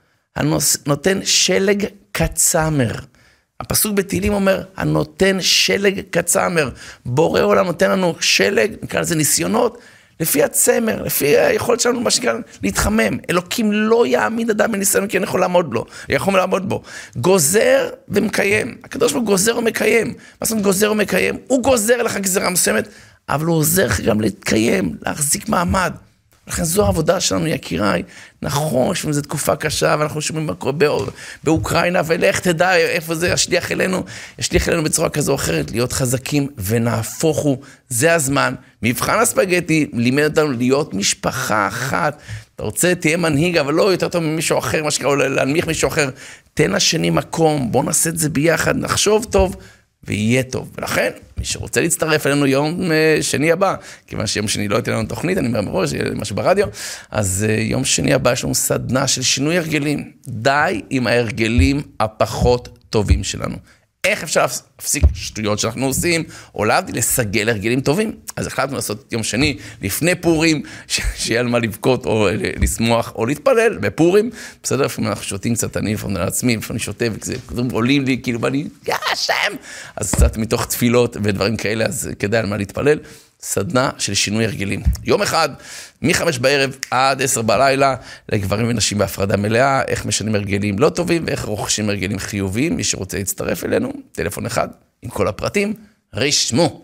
הנותן שלג קצמר. הפסוק בתהילים אומר, הנותן שלג קצמר. בורא עולם נותן לנו שלג, נקרא לזה ניסיונות, לפי הצמר, לפי היכולת שלנו, מה שנקרא, להתחמם. אלוקים לא יעמיד אדם בניסיון, כי אני יכול לעמוד לו, יכול לעמוד בו. גוזר ומקיים. הקדוש ברוך הוא גוזר ומקיים. מה זאת אומרת גוזר ומקיים? הוא גוזר לך גזרה מסוימת, אבל הוא עוזר לך גם להתקיים, להחזיק מעמד. לכן זו העבודה שלנו, יקיריי. נכון, שזו תקופה קשה, ואנחנו שומעים באוקראינה, ולך תדע איפה זה ישליח אלינו, ישליח אלינו בצורה כזו או אחרת, להיות חזקים ונהפוכו. זה הזמן. מבחן הספגטי לימד אותנו להיות משפחה אחת. אתה רוצה, תהיה מנהיג, אבל לא יותר טוב ממישהו אחר, מה שקרה, להנמיך מישהו אחר. תן לשני מקום, בוא נעשה את זה ביחד, נחשוב טוב, ויהיה טוב. ולכן, מי שרוצה להצטרף אלינו יום שני הבא, כיוון שיום שני לא הייתה לנו תוכנית, אני אומר מראש, יהיה משהו ברדיו, אז יום שני הבא יש לנו סדנה של שינוי הרגלים. די עם ההרגלים הפחות טובים שלנו. איך אפשר להפסיק שטויות שאנחנו עושים, או להבדיל לסגל הרגלים טובים. אז החלטנו לעשות יום שני לפני פורים, שיהיה על מה לבכות או לשמוח או להתפלל בפורים. בסדר, לפעמים אנחנו שותים קצת, אני לפעמים לעצמי, לפעמים אני שותה וכזה, עולים לי, כאילו בא לי, יא השם! אז קצת מתוך תפילות ודברים כאלה, אז כדאי על מה להתפלל. סדנה של שינוי הרגלים. יום אחד, מחמש בערב עד עשר בלילה, לגברים ונשים בהפרדה מלאה, איך משנים הרגלים לא טובים, ואיך רוכשים הרגלים חיוביים, מי שרוצה להצטרף אלינו, טלפון אחד, עם כל הפרטים, רשמו,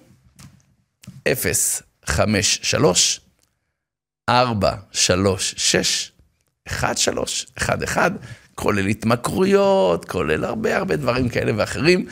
אפס חמש שלוש ארבע שלוש שש אחת שלוש אחת אחת, כולל התמכרויות, כולל הרבה הרבה דברים כאלה ואחרים,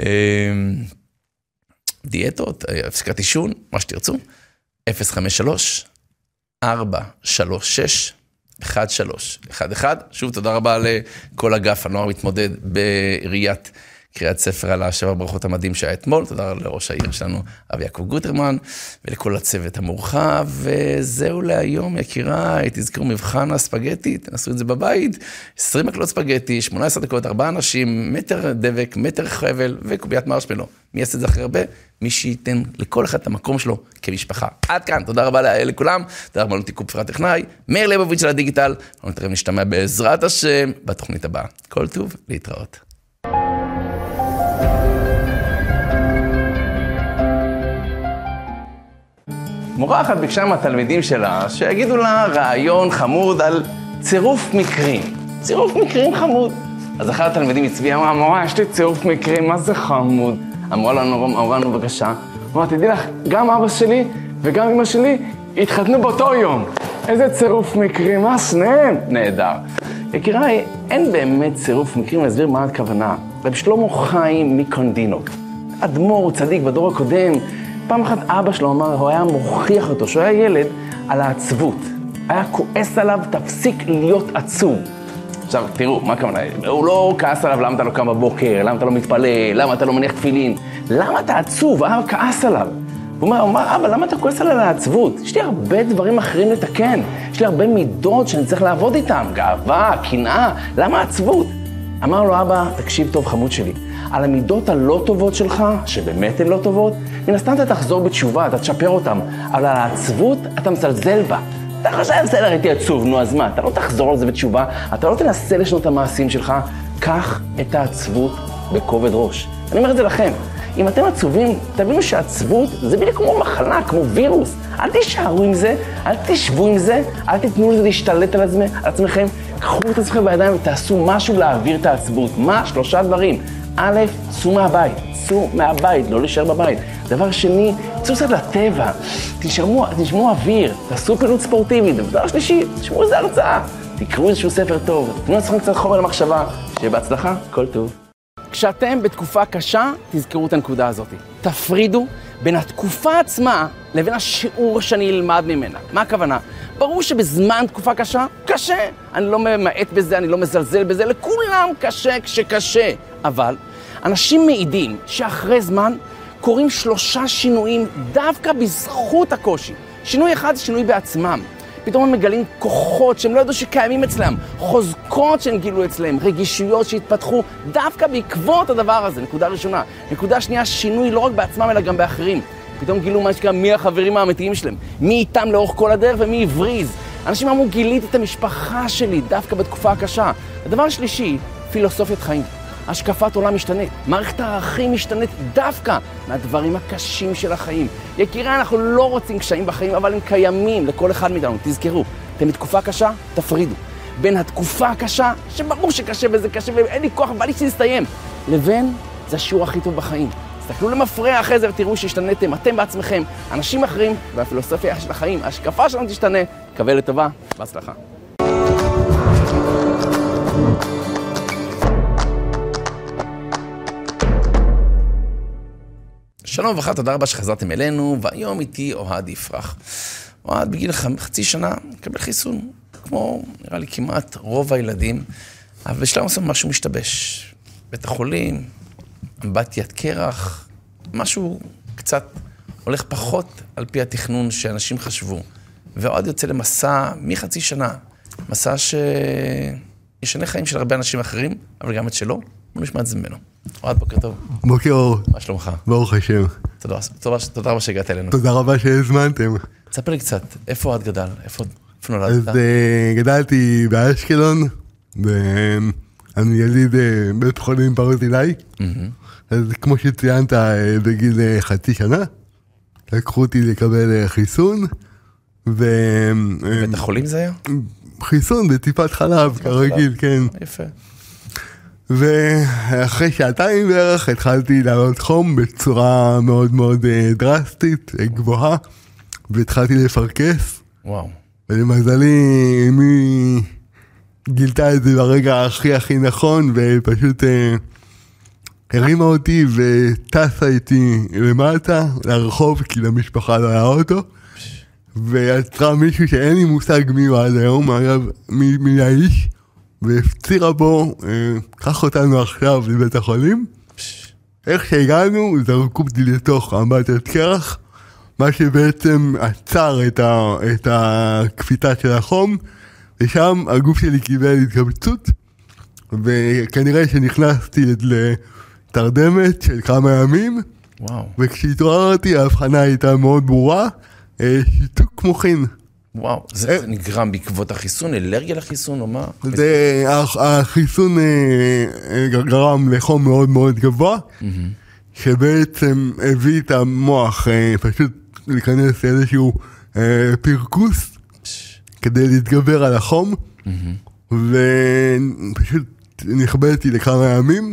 דיאטות, הפסקת עישון, מה שתרצו, אפס חמש שלוש ארבע שלוש שש אחת שלוש אחת אחת. שוב, תודה רבה לכל אגף הנוער מתמודד בעיריית קריאת ספר על השבע ברכות המדהים שהיה אתמול. תודה לראש העיר שלנו, הרב יעקב גוטרמן, ולכל הצוות המורחב. וזהו להיום, יקיריי, תזכרו מבחן הספגטי, תנסו את זה בבית, עשרים מקלות ספגטי, שמונה עשרה דקות, ארבעה אנשים, מטר דבק, מטר חבל וקוביית מרשמלו. מי יעשה את זה הכי הרבה? מי שייתן לכל אחד את המקום שלו כמשפחה. עד כאן, תודה רבה לכולם, תודה רבה לנתי קופפר הטכנאי, מאיר ליבוביץ' של הדיגיטל, אנחנו נתראה ונשתמע בעזרת השם בתוכנית הבאה. כל טוב, להתראות. מורה אחת ביקשה מהתלמידים שלה שיגידו לה רעיון חמוד על צירוף מקרים. צירוף מקרים חמוד. אז אחד התלמידים הצביע, אמרה, מורה, יש לי צירוף מקרים, מה זה חמוד? אמרה לנו, אמרה לנו בבקשה, אמרה, תדעי לך, גם אבא שלי וגם אמא שלי התחתנו באותו יום. איזה צירוף מקרים, מה שניהם? נהדר. יקיריי, אין באמת צירוף מקרים, להסביר מה הכוונה. רב שלמה חיים מקונדינו, אדמו"ר צדיק בדור הקודם, פעם אחת אבא שלו אמר, הוא היה מוכיח אותו, שהוא היה ילד, על העצבות. היה כועס עליו, תפסיק להיות עצוב. עכשיו, תראו, מה הכוונה? הוא לא כעס עליו, למה אתה לא קם בבוקר, למה אתה לא מתפלל, למה אתה לא מניח תפילין, למה אתה עצוב? אבא כעס עליו. הוא אומר, אומר, אבא, למה אתה כועס עליו על העצבות? יש לי הרבה דברים אחרים לתקן, יש לי הרבה מידות שאני צריך לעבוד איתם, גאווה, קנאה, למה העצבות? אמר לו, אבא, תקשיב טוב, חמוד שלי, על המידות הלא טובות שלך, שבאמת הן לא טובות, מן הסתם אתה תחזור בתשובה, אתה תשפר אותם, אבל על העצבות אתה מסלזל בה. אתה חושב, בסדר, הייתי עצוב, נו, אז מה? אתה לא תחזור על זה בתשובה, אתה לא תנסה לשנות את המעשים שלך, קח את העצבות בכובד ראש. אני אומר את זה לכם, אם אתם עצובים, תבינו שהעצבות זה בדיוק כמו מחלה, כמו וירוס. אל תישארו עם זה, אל תשבו עם זה, אל תתנו לזה להשתלט על עצמכם, על עצמכם, קחו את עצמכם בידיים ותעשו משהו להעביר את העצבות. מה? שלושה דברים. א', צאו מהבית, צאו מהבית, לא להישאר בבית. דבר שני, צאו קצת לטבע, תשמעו, תשמעו אוויר, תעשו פעילות ספורטיבית. דבר שלישי, תשמעו איזה הרצאה. תקראו איזשהו ספר טוב, תנו לעצמכם קצת חומר למחשבה, שיהיה בהצלחה, כל טוב. כשאתם בתקופה קשה, תזכרו את הנקודה הזאת. תפרידו בין התקופה עצמה לבין השיעור שאני אלמד ממנה. מה הכוונה? ברור שבזמן תקופה קשה, קשה. אני לא ממעט בזה, אני לא מזלזל בזה, לכולם קשה כשקשה. אבל אנשים מעידים שאחרי זמן קורים שלושה שינויים דווקא בזכות הקושי. שינוי אחד זה שינוי בעצמם. פתאום הם מגלים כוחות שהם לא ידעו שקיימים אצלם, חוזקות שהם גילו אצלם, רגישויות שהתפתחו דווקא בעקבות הדבר הזה, נקודה ראשונה. נקודה שנייה, שינוי לא רק בעצמם אלא גם באחרים. פתאום גילו מה שקרה, מי החברים האמיתיים שלהם, מי איתם לאורך כל הדרך ומי הבריז. אנשים אמרו, גיליתי את המשפחה שלי דווקא בתקופה הקשה. הדבר שלישי, פילוסופיית חיים. השקפת עולם משתנית, מערכת הערכים משתנית דווקא מהדברים הקשים של החיים. יקירי, אנחנו לא רוצים קשיים בחיים, אבל הם קיימים לכל אחד מאיתנו. תזכרו, אתם בתקופה קשה, תפרידו. בין התקופה הקשה, שברור שקשה וזה קשה ואין לי כוח, בא לי שיסתיים, לבין זה השיעור הכי טוב בחיים. תסתכלו למפרע אחרי זה ותראו שהשתנתם, אתם בעצמכם, אנשים אחרים, והפילוסופיה של החיים, ההשקפה שלנו תשתנה. קווה לטובה, בהצלחה. שלום וברכה, תודה רבה שחזרתם אלינו, והיום איתי אוהד יפרח. אוהד בגיל חצי שנה מקבל חיסון, כמו נראה לי כמעט רוב הילדים, אבל בשלב מסוים משהו משתבש. בית החולים, אמבטיית קרח, משהו קצת הולך פחות על פי התכנון שאנשים חשבו. ואוהד יוצא למסע מחצי שנה, מסע שישנה חיים של הרבה אנשים אחרים, אבל גם את שלו, בוא נשמע את זה ממנו. אוהד, בוקר טוב. בוקר אור. מה שלומך? ברוך השם. תודה, תודה, תודה רבה שהגעת אלינו. תודה רבה שהזמנתם. תספר לי קצת, איפה אוהד גדל? איפה, איפה נולדת? אז uh, גדלתי באשקלון, אני יליד uh, בית חולים ברזילי. Mm-hmm. אז כמו שציינת, uh, בגיל uh, חצי שנה, לקחו אותי לקבל uh, חיסון. ו... בית החולים זה היה? חיסון בטיפת חלב, כרגיל, כן. יפה. ואחרי שעתיים בערך התחלתי לעלות חום בצורה מאוד מאוד דרסטית, גבוהה, והתחלתי לפרקס. וואו. ולמזלי, מי גילתה את זה ברגע הכי הכי נכון, ופשוט אה, הרימה אותי וטסה איתי למטה, לרחוב, כי למשפחה לא היה אוטו, ויצרה מישהו שאין לי מושג מי הוא עד היום, אגב, מי, מי האיש, והפצירה בו, קח אותנו עכשיו לבית החולים. איך שהגענו, זרקו אותי לתוך אמבטיית קרח, מה שבעצם עצר את, ה, את הקפיצה של החום, ושם הגוף שלי קיבל התכווצות, וכנראה שנכנסתי לתרדמת של כמה ימים, וואו. וכשהתעוררתי ההבחנה הייתה מאוד ברורה, שיתוק מוחין. וואו, זה נגרם בעקבות החיסון, אלרגיה לחיסון או מה? זה, החיסון גרם לחום מאוד מאוד גבוה, שבעצם הביא את המוח פשוט להיכנס לאיזשהו פרקוס, כדי להתגבר על החום, ופשוט נכבדתי לכמה ימים,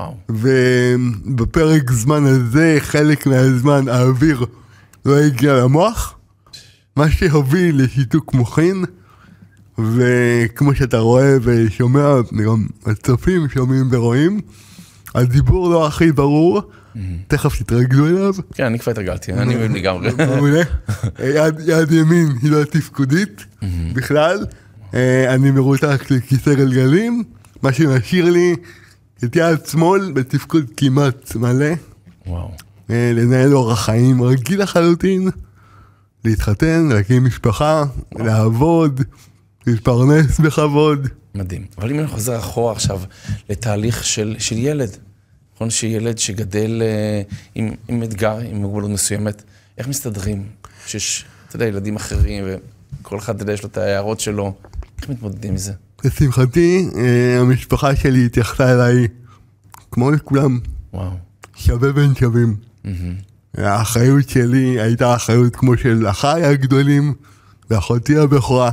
ובפרק זמן הזה, חלק מהזמן האוויר לא הגיע למוח, מה שהוביל לשיתוק מוחין, וכמו שאתה רואה ושומע, גם הצופים שומעים ורואים, הדיבור לא הכי ברור, תכף תתרגלו אליו. כן, אני כבר התרגלתי, אני מבין לגמרי. יד ימין היא לא תפקודית בכלל, אני מרותק לכיסא גלגלים, מה שמשאיר לי את יד שמאל בתפקוד כמעט מלא, לנהל אורח חיים רגיל לחלוטין, להתחתן, להקים משפחה, לעבוד, להתפרנס בכבוד. מדהים. אבל אם אני חוזר אחורה עכשיו לתהליך של, של ילד, נכון שילד שגדל אה, עם, עם אתגר, עם מוגבלות מסוימת, איך מסתדרים? שיש, אתה יודע, ילדים אחרים וכל אחד, אתה יודע, יש לו את ההערות שלו. איך מתמודדים מזה? לשמחתי, אה, המשפחה שלי התייחסה אליי כמו לכולם. וואו. שווה בין שווים. Mm-hmm. האחריות שלי הייתה אחריות כמו של אחיי הגדולים, ואחותי הבכורה.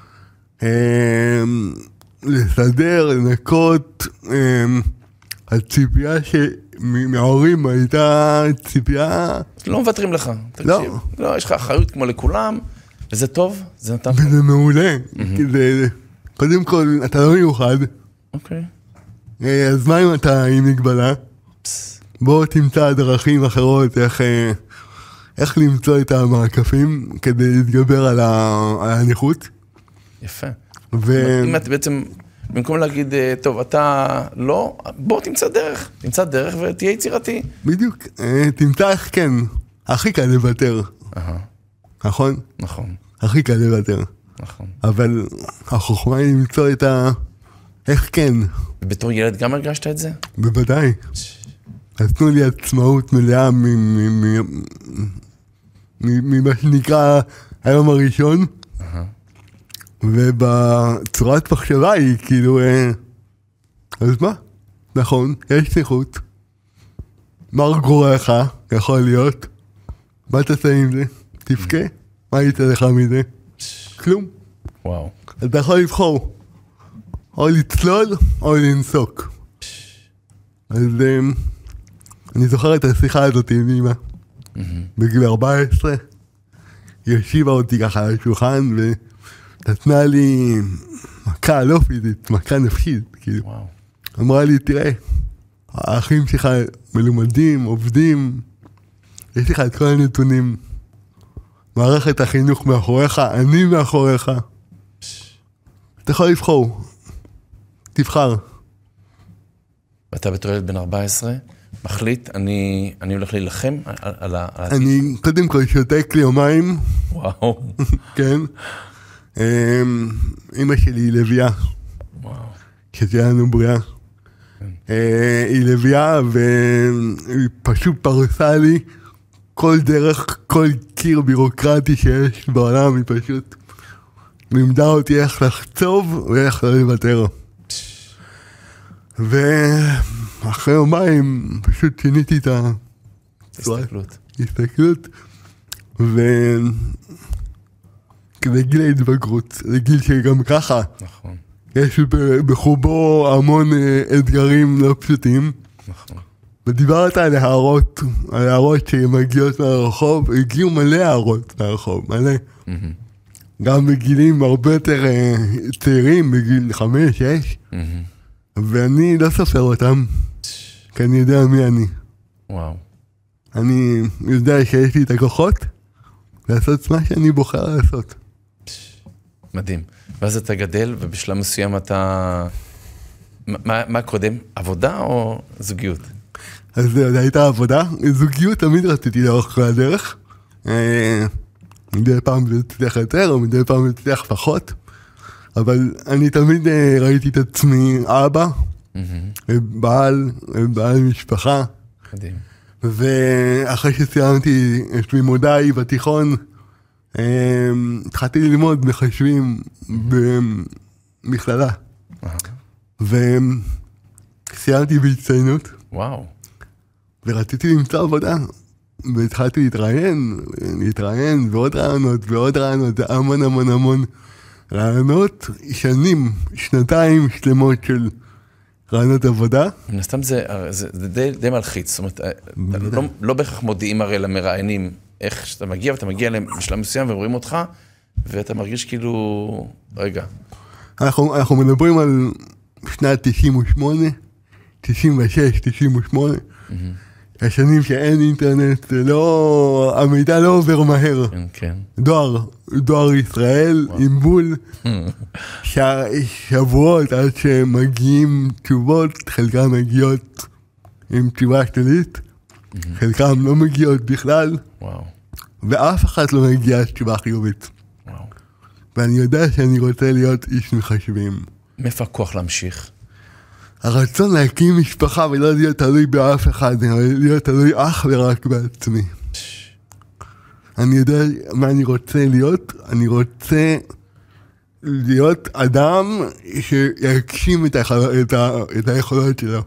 לסדר, לנקות, הציפייה שמההורים הייתה ציפייה... לא מוותרים לך, תקשיב. לא, יש לך אחריות כמו לכולם, וזה טוב, זה נתן... וזה מעולה, קודם כל, אתה לא מיוחד. אוקיי. אז מה אם אתה עם מגבלה? בוא תמצא דרכים אחרות איך, איך למצוא את המעקפים כדי להתגבר על, ה, על הנכות. יפה. ו... אם את בעצם, במקום להגיד, טוב, אתה לא, בוא תמצא דרך, תמצא דרך ותהיה יצירתי. בדיוק, תמצא איך כן, הכי קל לוותר. נכון? נכון. הכי קל לוותר. נכון. אבל החוכמה היא למצוא את ה... איך כן. בתור ילד גם הרגשת את זה? בוודאי. נתנו לי עצמאות מלאה ממה שנקרא היום הראשון, ובצורת מחשבה היא כאילו, אז מה? נכון, יש נכות. מה גורע לך, יכול להיות? מה תעשה עם זה? תבכה? מה יצא לך מזה? כלום. וואו. אתה יכול לבחור, או לצלול או לנסוק. אז אני זוכר את השיחה הזאת עם אמא, בגיל ארבע עשרה, היא השיבה אותי ככה על השולחן ונתנה לי מכה לא פיזית, מכה נפשית, כאילו. וואו. אמרה לי, תראה, האחים שלך מלומדים, עובדים, יש לך את כל הנתונים, מערכת החינוך מאחוריך, אני מאחוריך, אתה יכול לבחור, תבחר. ואתה בתור ילד בן ארבע עשרה, מחליט, אני, אני הולך להילחם על, על ה... אני קודם כל שותק לי יומיים. וואו. כן. אמא שלי היא לביאה. וואו. שתהיה לנו בריאה. היא לביאה והיא פשוט פרסה לי כל דרך, כל קיר בירוקרטי שיש בעולם, היא פשוט לימדה אותי איך לחצוב ואיך לא לוותר. ואחרי יומיים פשוט שיניתי את ההסתכלות. הסתכלות. ולגיל ההתבגרות, לגיל שגם ככה. נכון. יש בחובו המון אתגרים לא פשוטים. נכון. ודיברת על הערות, על הערות שמגיעות מהרחוב, הגיעו מלא הערות מהרחוב, מלא. גם בגילים הרבה יותר צעירים, בגיל חמש, שש. ואני לא סופר אותם, כי אני יודע מי אני. וואו. אני יודע שיש לי את הכוחות לעשות מה שאני בוחר לעשות. מדהים. ואז אתה גדל, ובשלב מסוים אתה... מה, מה קודם? עבודה או זוגיות? אז זה הייתה עבודה. זוגיות תמיד רציתי לאורך כל הדרך. מדי פעם זה הצליח יותר, או מדי פעם זה הצליח פחות. אבל אני תמיד ראיתי את עצמי אבא, בעל, בעל משפחה. מדהים. ואחרי שסיימתי את לימודיי בתיכון, התחלתי ללמוד מחשבים במכללה. וסיימתי בהצטיינות. וואו. ורציתי למצוא עבודה. והתחלתי להתראיין, להתראיין ועוד רעיונות ועוד רעיונות, זה המון המון המון רעיונות, שנים, שנתיים שלמות של רעיונות עבודה. מן הסתם זה, זה, זה די, די מלחיץ, זאת אומרת, לא, לא בהכרח מודיעים הרי למראיינים איך שאתה מגיע, ואתה מגיע לשלב מסוים ורואים אותך, ואתה מרגיש כאילו, רגע. אנחנו, אנחנו מדברים על שנת תשעים ושמונה, תשעים ושש, תשעים ושמונה, השנים שאין אינטרנט, לא, המידע לא עובר מהר. כן, כן. דואר, דואר ישראל, עם בול, ש... שבועות עד שמגיעים תשובות, חלקם מגיעות עם תשובה שלילית, חלקם לא מגיעות בכלל, וואו. ואף אחד לא מגיע תשובה חיובית. וואו. ואני יודע שאני רוצה להיות איש מחשבים. מאיפה הכוח להמשיך? הרצון להקים משפחה ולא להיות תלוי באף אחד, להיות תלוי אך ורק בעצמי. אני יודע מה אני רוצה להיות, אני רוצה להיות אדם שיגשים את, היכול, את, ה, את היכולות שלו.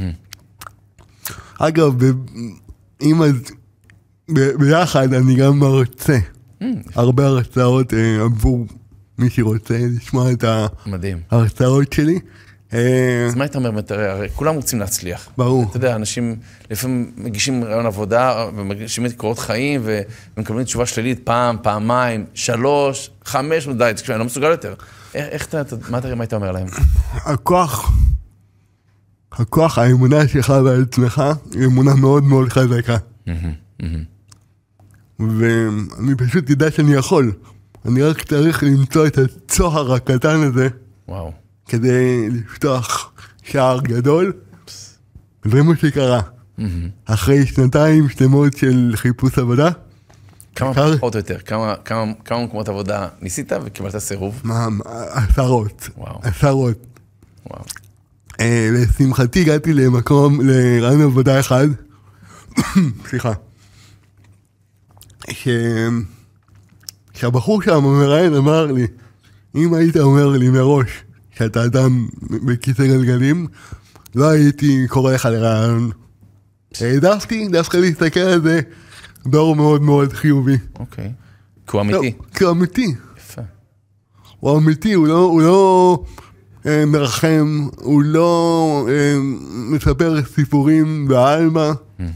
אגב, ב, עם הז... ב, ביחד אני גם מרצה. הרבה הרצאות עבור מי שרוצה לשמוע את ההרצאות שלי. אז מה היית אומר? הרי כולם רוצים להצליח. ברור. אתה יודע, אנשים לפעמים מגישים רעיון עבודה, ומגישים את קורות חיים, ומקבלים תשובה שלילית פעם, פעמיים, שלוש, חמש, די, אני לא מסוגל יותר. איך אתה, מה היית אומר להם? הכוח, הכוח, האמונה שלך בעצמך, היא אמונה מאוד מאוד חזקה. ואני פשוט יודע שאני יכול. אני רק צריך למצוא את הצוהר הקטן הזה, וואו. כדי לפתוח שער גדול, וזה מה שקרה. אחרי שנתיים שלמות של חיפוש עבודה. כמה פחות או יותר? כמה מקומות עבודה ניסית וקיבלת סירוב? מה, עשרות. עשרות. וואו. לשמחתי הגעתי למקום, לרעיון עבודה אחד, סליחה, שהבחור שם המראיין אמר לי, אם היית אומר לי מראש שאתה אדם בכיסא גלגלים, לא הייתי קורא לך לרעיון. העדפתי דווקא להסתכל על זה באור מאוד מאוד חיובי. אוקיי. כי הוא אמיתי. כי הוא אמיתי. יפה. הוא אמיתי, הוא לא, הוא לא אה, מרחם, הוא לא אה, מספר סיפורים בעלמה.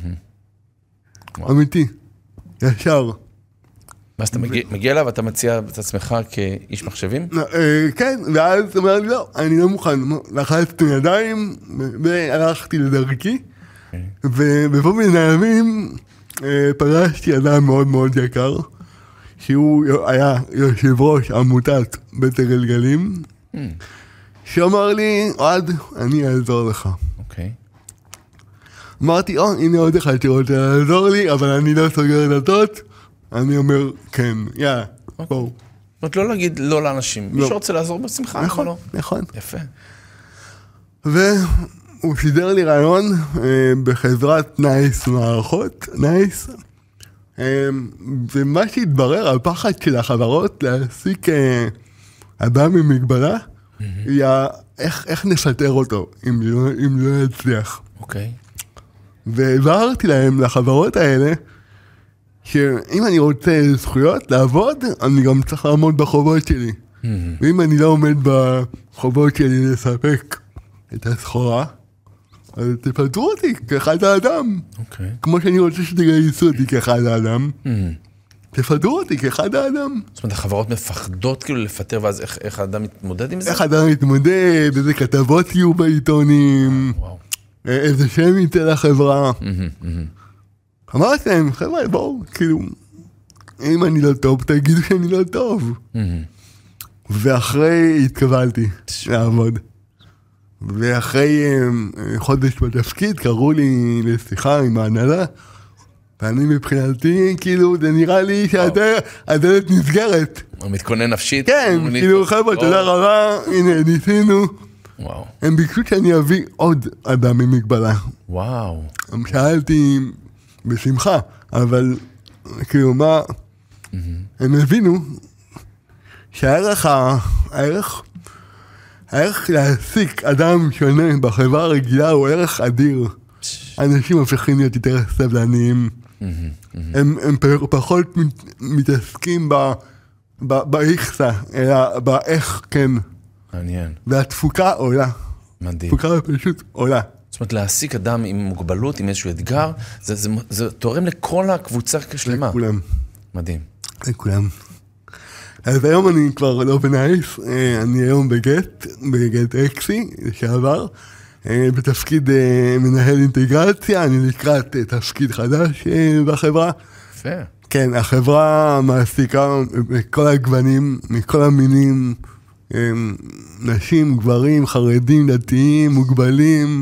אמיתי. ישר. ואז אתה מגיע אליו, אתה מציע את עצמך כאיש מחשבים? כן, ואז הוא אומר לי, לא, אני לא מוכן. לחצתי ידיים, והלכתי לדרכי, ובפה מן הימים פגשתי אדם מאוד מאוד יקר, שהוא היה יושב ראש עמותת בית הגלגלים, שאמר לי, עד, אני אעזור לך. אוקיי. אמרתי, או, הנה עוד אחד שרוצה לעזור לי, אבל אני לא סוגר דלתות. אני אומר, כן, יאללה, בואו. זאת אומרת, לא להגיד לא לאנשים. מי שרוצה לעזור בשמחה, נכון, לא. נכון. יפה. והוא שידר לי רעיון בחברת נייס מערכות, נייס, ומה שהתברר, הפחד של החברות להעסיק אדם ממגבלה, היה איך נפטר אותו, אם לא יצליח. אוקיי. והעברתי להם, לחברות האלה, שאם אני רוצה זכויות לעבוד, אני גם צריך לעמוד בחובות שלי. ואם אני לא עומד בחובות שלי לספק את הסחורה, אז תפטרו אותי כאחד האדם. כמו שאני רוצה שתגייסו אותי כאחד האדם, תפטרו אותי כאחד האדם. זאת אומרת, החברות מפחדות כאילו לפטר, ואז איך האדם מתמודד עם זה? איך האדם מתמודד, איזה כתבות יהיו בעיתונים, איזה שם יצא לחברה. אמרתי להם, חבר'ה, בואו, כאילו, אם אני לא טוב, תגידו שאני לא טוב. ואחרי התקבלתי לעבוד. ואחרי חודש בתפקיד, קראו לי לשיחה עם ההנהלה, ואני מבחינתי, כאילו, זה נראה לי שהדלת נסגרת. הוא מתכונן נפשית. כן, כאילו, חבר'ה, תודה רבה, הנה, ניסינו. וואו. הם ביקשו שאני אביא עוד אדם ממגבלה. וואו. שאלתי בשמחה, אבל כאילו מה, הם הבינו שהערך, הערך, הערך להעסיק אדם שונה בחברה הרגילה הוא ערך אדיר. אנשים הופכים להיות יותר סבלניים, הם פחות מתעסקים באיכסה, אלא באיך כן. מעניין. והתפוקה עולה. מדהים. תפוקה פשוט עולה. זאת אומרת, להעסיק אדם עם מוגבלות, עם איזשהו אתגר, זה, זה, זה תורם לכל הקבוצה כשלמה. לכולם. מדהים. לכולם. אז היום אני כבר לא בנייס, אני היום בגט, בגט אקסי, לשעבר, בתפקיד מנהל אינטגרציה, אני לקראת תפקיד חדש בחברה. יפה. כן, החברה מעסיקה מכל הגוונים, מכל המינים, נשים, גברים, חרדים, דתיים, מוגבלים,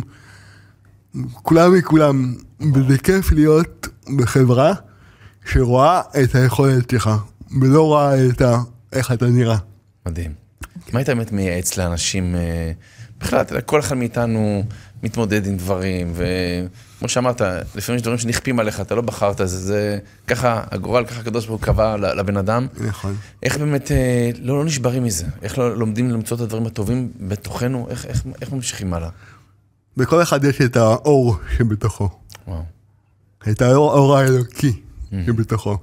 כולם מכולם. וזה כיף להיות בחברה שרואה את היכולת שלך, ולא רואה את ה... איך אתה נראה. מדהים. מה היית באמת מייעץ לאנשים, בכלל, כל אחד מאיתנו מתמודד עם דברים, וכמו שאמרת, לפעמים יש דברים שנכפים עליך, אתה לא בחרת, זה, זה ככה, הגורל, ככה הקדוש ברוך הוא קבע לבן אדם. נכון. איך באמת לא, לא נשברים מזה? איך לא לומדים למצוא את הדברים הטובים בתוכנו? איך, איך, איך ממשיכים הלאה? בכל אחד יש את האור שבתוכו. וואו. את האור, האור האלוקי שבתוכו.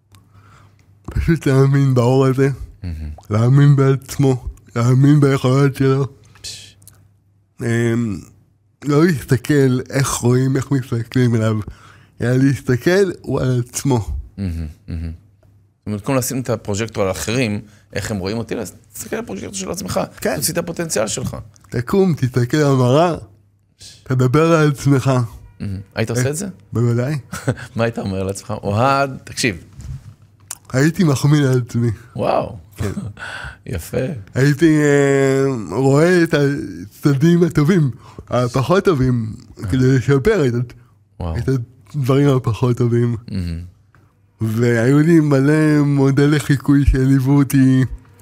פשוט להאמין באור הזה, להאמין בעצמו, להאמין ביכולות שלו, לא להסתכל איך רואים, איך מסתכלים עליו, אלא להסתכל הוא על עצמו. זאת אומרת, כמו לשים את הפרוג'קטור על האחרים, איך הם רואים אותי, תסתכל על הפרוג'קטור של עצמך, כן. תוציא את הפוטנציאל שלך. תקום, תסתכל על המראה, תדבר על עצמך. היית עושה את זה? בוודאי. מה היית אומר לעצמך? אוהד, תקשיב. הייתי מחמיא לעצמי. וואו, יפה. הייתי רואה את הצדדים הטובים, הפחות טובים, כדי לשפר את הדברים הפחות טובים. והיו לי מלא מודלי חיקוי שליוו אותי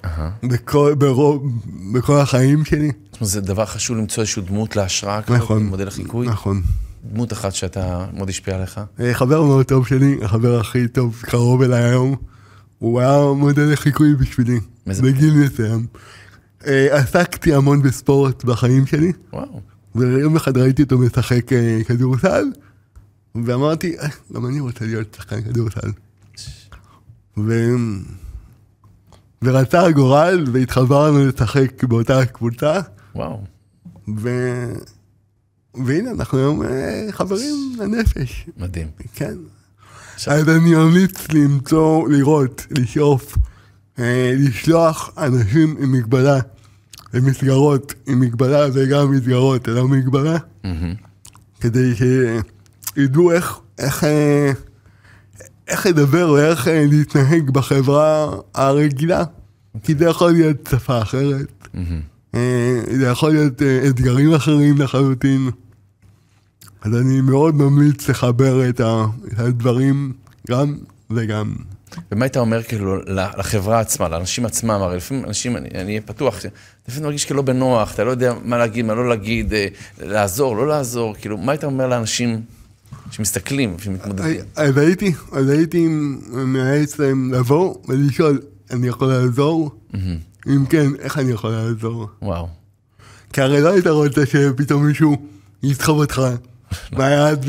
בכל החיים שלי. זאת אומרת, זה דבר חשוב למצוא איזושהי דמות להשראה, נכון, מודל החיקוי. נכון. דמות אחת שאתה מאוד השפיע עליך. חבר מאוד טוב שלי, החבר הכי טוב, קרוב אליי היום, הוא היה מודל לחיקוי בשבילי, בגיל מסוים. עסקתי המון בספורט בחיים שלי, וואו. ויום אחד ראיתי אותו משחק כדורסל, ואמרתי, גם אני רוצה להיות שחקן כדורסל. ורצה הגורל, והתחברנו לשחק באותה קבוצה. וואו. והנה, אנחנו היום חברים לנפש. מדהים. כן. אז אני ממליץ למצוא, לראות, לשאוף, לשלוח אנשים עם מגבלה, למסגרות עם מגבלה וגם מסגרות ללא מגבלה, כדי שידעו איך, איך, איך לדבר ואיך להתנהג בחברה הרגילה, כי זה יכול להיות שפה אחרת, זה יכול להיות אתגרים אחרים לחלוטין. אז אני מאוד ממליץ לחבר את הדברים גם וגם. ומה היית אומר כאילו לחברה עצמה, לאנשים עצמם, הרי לפעמים אנשים, אני אהיה פתוח, לפעמים מרגיש כאילו בנוח, אתה לא יודע מה להגיד, מה לא להגיד, לעזור, לא לעזור, כאילו, מה היית אומר לאנשים שמסתכלים, שמתמודדים? אז הייתי, אז הייתי מייעץ להם לבוא ולשאול, אני יכול לעזור? אם כן, איך אני יכול לעזור? וואו. כי הרי לא היית רוצה שפתאום מישהו יסחוב אותך ביד,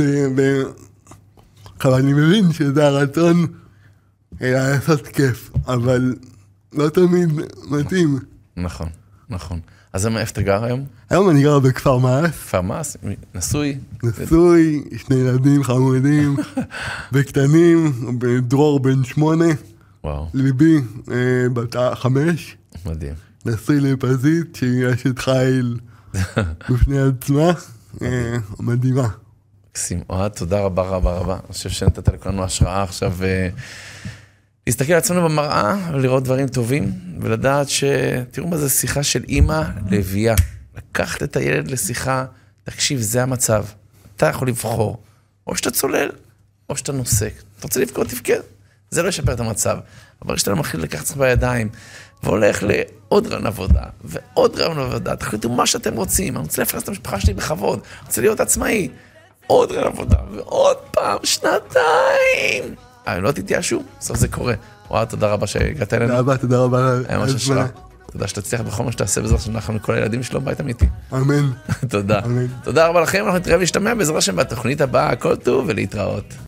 אבל אני מבין שזה הרצון לעשות כיף, אבל לא תמיד מתאים. נכון, נכון. אז איפה אתה גר היום? היום אני גר בכפר מעש. כפר מעש? נשוי? נשוי, שני ילדים חמודים, וקטנים, דרור בן שמונה. וואו. ליבי בת חמש. מדהים. נשוי לפזית, שהיא אשת חיל בפני עצמה. מדהימה. מקסים. אוהד, תודה רבה רבה רבה. אני חושב שנתת לכולנו השראה עכשיו להסתכל על עצמנו במראה ולראות דברים טובים, ולדעת שתראו מה זה שיחה של אמא לביאה. לקחת את הילד לשיחה, תקשיב, זה המצב. אתה יכול לבחור. או שאתה צולל, או שאתה נוסק. אתה רוצה לבכות, תבכר. זה לא ישפר את המצב. אבל כשאתה לא מתחיל לקחת לך בידיים, והולך לעוד רעיון עבודה, ועוד רעיון עבודה, תחליטו מה שאתם רוצים. אני רוצה לפרנס את המשפחה שלי בכבוד. אני רוצה להיות עצמאי. עוד רעיון עבודה, ועוד פעם, שנתיים. אה, לא תתייאשו, בסוף זה קורה. וואו, תודה רבה שהגעת אלינו. תודה רבה, תודה רבה. היה ממש השראה. תודה שתצליח בכל מה שתעשה בעזרת שאנחנו לכל הילדים שלו בית אמיתי. אמן. תודה. תודה רבה לכם, אנחנו נתראה ונשתמע בעזרת השם בתוכנית הבאה, כל טוב ולהתראות.